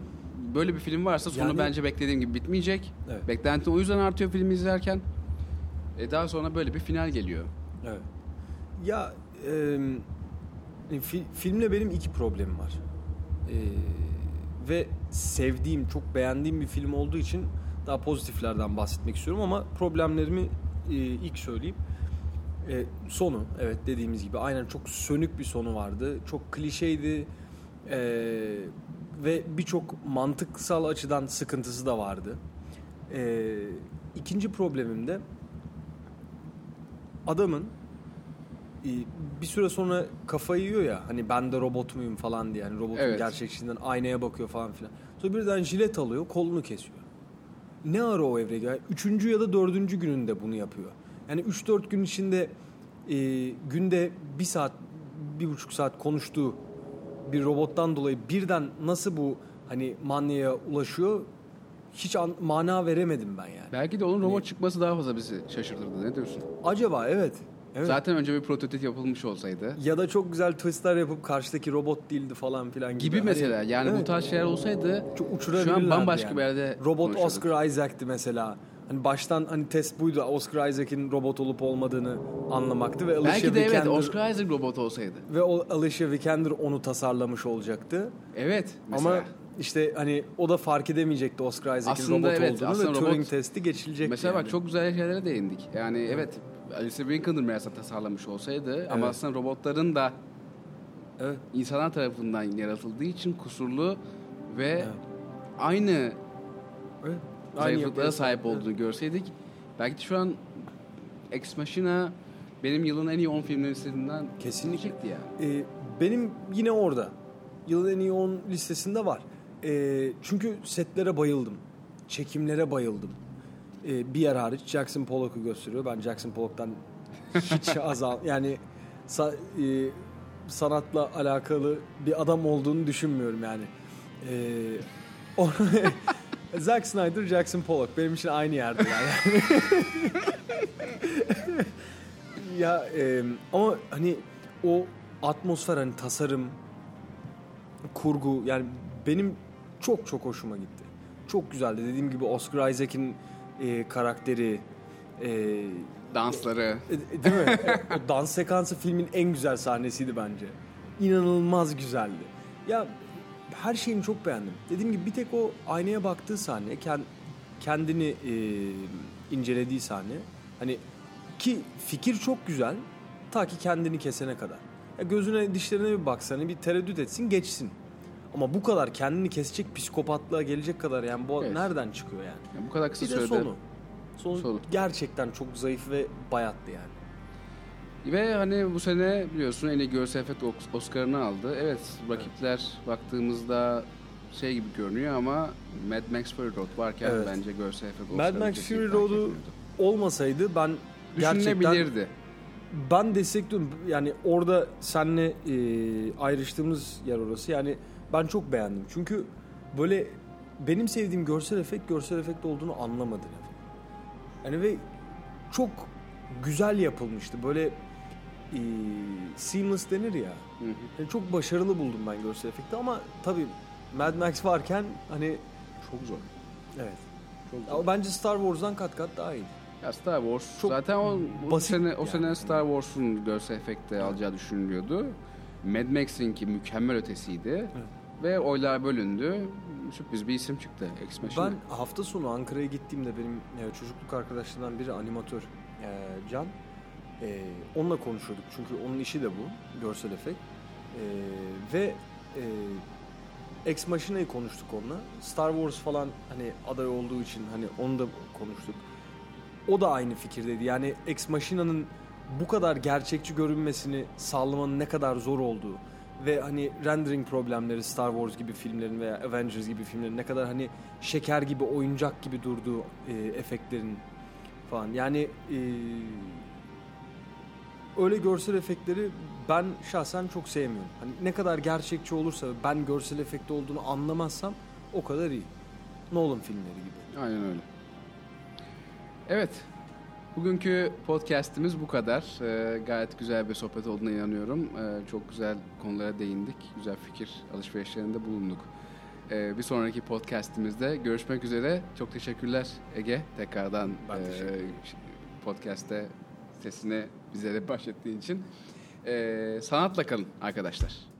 böyle bir film varsa sonu Yani- bence beklediğim gibi bitmeyecek. Evet. Beklenti o yüzden artıyor filmi izlerken. E daha sonra böyle bir final geliyor. Evet. Ya e, fi, filmle benim iki problemim var. E, ve sevdiğim, çok beğendiğim bir film olduğu için daha pozitiflerden bahsetmek istiyorum ama problemlerimi e, ilk söyleyeyim. E, sonu, evet dediğimiz gibi aynen çok sönük bir sonu vardı. Çok klişeydi. E, ve birçok mantıksal açıdan sıkıntısı da vardı. E, ikinci problemim de adamın e, bir süre sonra kafayı yiyor ya, hani ben de robot muyum falan diye, yani robotun Evet. gerçekçiliğinden aynaya bakıyor falan filan. Sonra birden jilet alıyor, kolunu kesiyor. Ne ara o evreye geliyor? Yani üçüncü ya da dördüncü gününde bunu yapıyor. Yani üç dört gün içinde e, günde bir saat, bir buçuk saat konuştuğu bir robottan dolayı birden nasıl bu hani manyaya ulaşıyor, hiç an, mana veremedim ben yani. Belki de onun robot çıkması daha fazla bizi şaşırtırdı. Ne diyorsun? Acaba evet. Evet. Zaten önce bir prototip yapılmış olsaydı. Ya da çok güzel twistler yapıp karşıdaki robot değildi falan filan gibi. Gibi Hani- mesela. Yani Evet. bu tarz şeyler olsaydı çok şu uçurabilirlerdi an bambaşka yani. bir yerde Robot konuşurduk. Oscar Isaac'ti mesela. Hani baştan hani test buydu, Oscar Isaac'in robot olup olmadığını anlamaktı ve Alicia Belki de evet Vikander, Oscar Isaac robot olsaydı. ve o Alicia Vikander onu tasarlamış olacaktı. Evet mesela. Ama işte hani o da fark edemeyecekti Oscar Isaac'in Aslında robot evet, olduğunu aslında ve robot- Turing testi geçilecekti. Mesela yani. bak çok güzel şeylere değindik. Yani evet Alicia Vikander meğerse tasarlamış olsaydı ama Evet. aslında robotların da evet. insanlar tarafından yaratıldığı için kusurlu ve Evet. aynı Evet. Aynı zayıflıklara yapıya sahip sahip, olduğunu görseydik belki de şu an Ex Machina benim yılın en iyi on filmleri listesinden kesinlikle çıktı ya. Ee, benim yine orada. Yılın en iyi on listesinde var. Ee, çünkü setlere bayıldım. Çekimlere bayıldım. Ee, bir yer hariç Jackson Pollock'u gösteriyor. Ben Jackson Pollock'tan hiç azal yani sa- e, sanatla alakalı bir adam olduğunu düşünmüyorum yani. Ee, o- Zack Snyder, Jackson Pollock benim için aynı yerdeler yani. Ya e, ama hani o atmosfer, hani tasarım, kurgu, yani benim çok çok hoşuma gitti. Çok güzeldi. Dediğim gibi Oscar Isaac'in e, karakteri, e, dansları, e, değil mi? O dans sekansı filmin en güzel sahnesiydi bence. İnanılmaz güzeldi. Ya her şeyini çok beğendim. Dediğim gibi bir tek o aynaya baktığı sahne, kendini e, incelediği sahne. Hani ki fikir çok güzel ta ki kendini kesene kadar. Ya gözüne, dişlerine bir baksana, bir tereddüt etsin, geçsin. Ama bu kadar kendini kesecek psikopatlığa gelecek kadar yani bu Evet. nereden çıkıyor yani? Yani bu kadar kısa Bir de sürede sonu. Sonu, Sonu. gerçekten çok zayıf ve bayattı yani. Ve hani bu sene biliyorsun en iyi görsel efekt Oscar'ını aldı. Evet, rakipler baktığımızda şey gibi görünüyor ama Mad Max Fury Road varken Evet. bence görsel efekt Mad Oscar'ı Max kesinlikle Fury hak Road'u etmiyordu. olmasaydı ben gerçekten Düşünülebilirdi. ben destekliyorum. Yani orada seninle e, ayrıştığımız yer orası. Yani ben çok beğendim. Çünkü böyle benim sevdiğim görsel efekt görsel efekt olduğunu anlamadı. Yani ve çok güzel yapılmıştı. Böyle e, seamless denir ya. Hı hı. Yani çok başarılı buldum ben görsel efekti ama tabii Mad Max varken hani çok zor. Evet. Çok zor. Ama bence Star Wars'dan kat kat daha iyi. Ya Star Wars Çok zaten o bu basit sene o yani. sene Star Wars'un görsel efekte alacağı düşünülüyordu. Mad Max'inki mükemmel ötesiydi. Ve oylar bölündü. Sürpriz bir isim çıktı. Ex Machina. Ben hafta sonu Ankara'ya gittiğimde benim e, çocukluk arkadaşlarından biri animatör e, Can. E, onunla konuşuyorduk çünkü onun işi de bu, görsel efekt. E, ve e, Ex Machina'yı konuştuk onunla. Star Wars falan hani aday olduğu için hani onu da konuştuk. O da aynı fikirdeydi. Yani Ex Machina'nın bu kadar gerçekçi görünmesini sağlamanın ne kadar zor olduğu ve hani rendering problemleri Star Wars gibi filmlerin veya Avengers gibi filmlerin ne kadar hani şeker gibi, oyuncak gibi durduğu e, efektlerin falan. Yani e, öyle görsel efektleri ben şahsen çok sevmiyorum. Hani ne kadar gerçekçi olursa ben görsel efekti olduğunu anlamazsam o kadar iyi. Nolan filmleri gibi. Aynen öyle. Evet. Bugünkü podcast'imiz bu kadar. Ee, gayet güzel bir sohbet olduğuna inanıyorum. Ee, çok güzel konulara değindik. Güzel fikir alışverişlerinde bulunduk. Ee, bir sonraki podcastimizde görüşmek üzere. Çok teşekkürler Ege. Tekrardan e, podcast'te sesini bizlere bahşettiğin için. Ee, sanatla kalın arkadaşlar.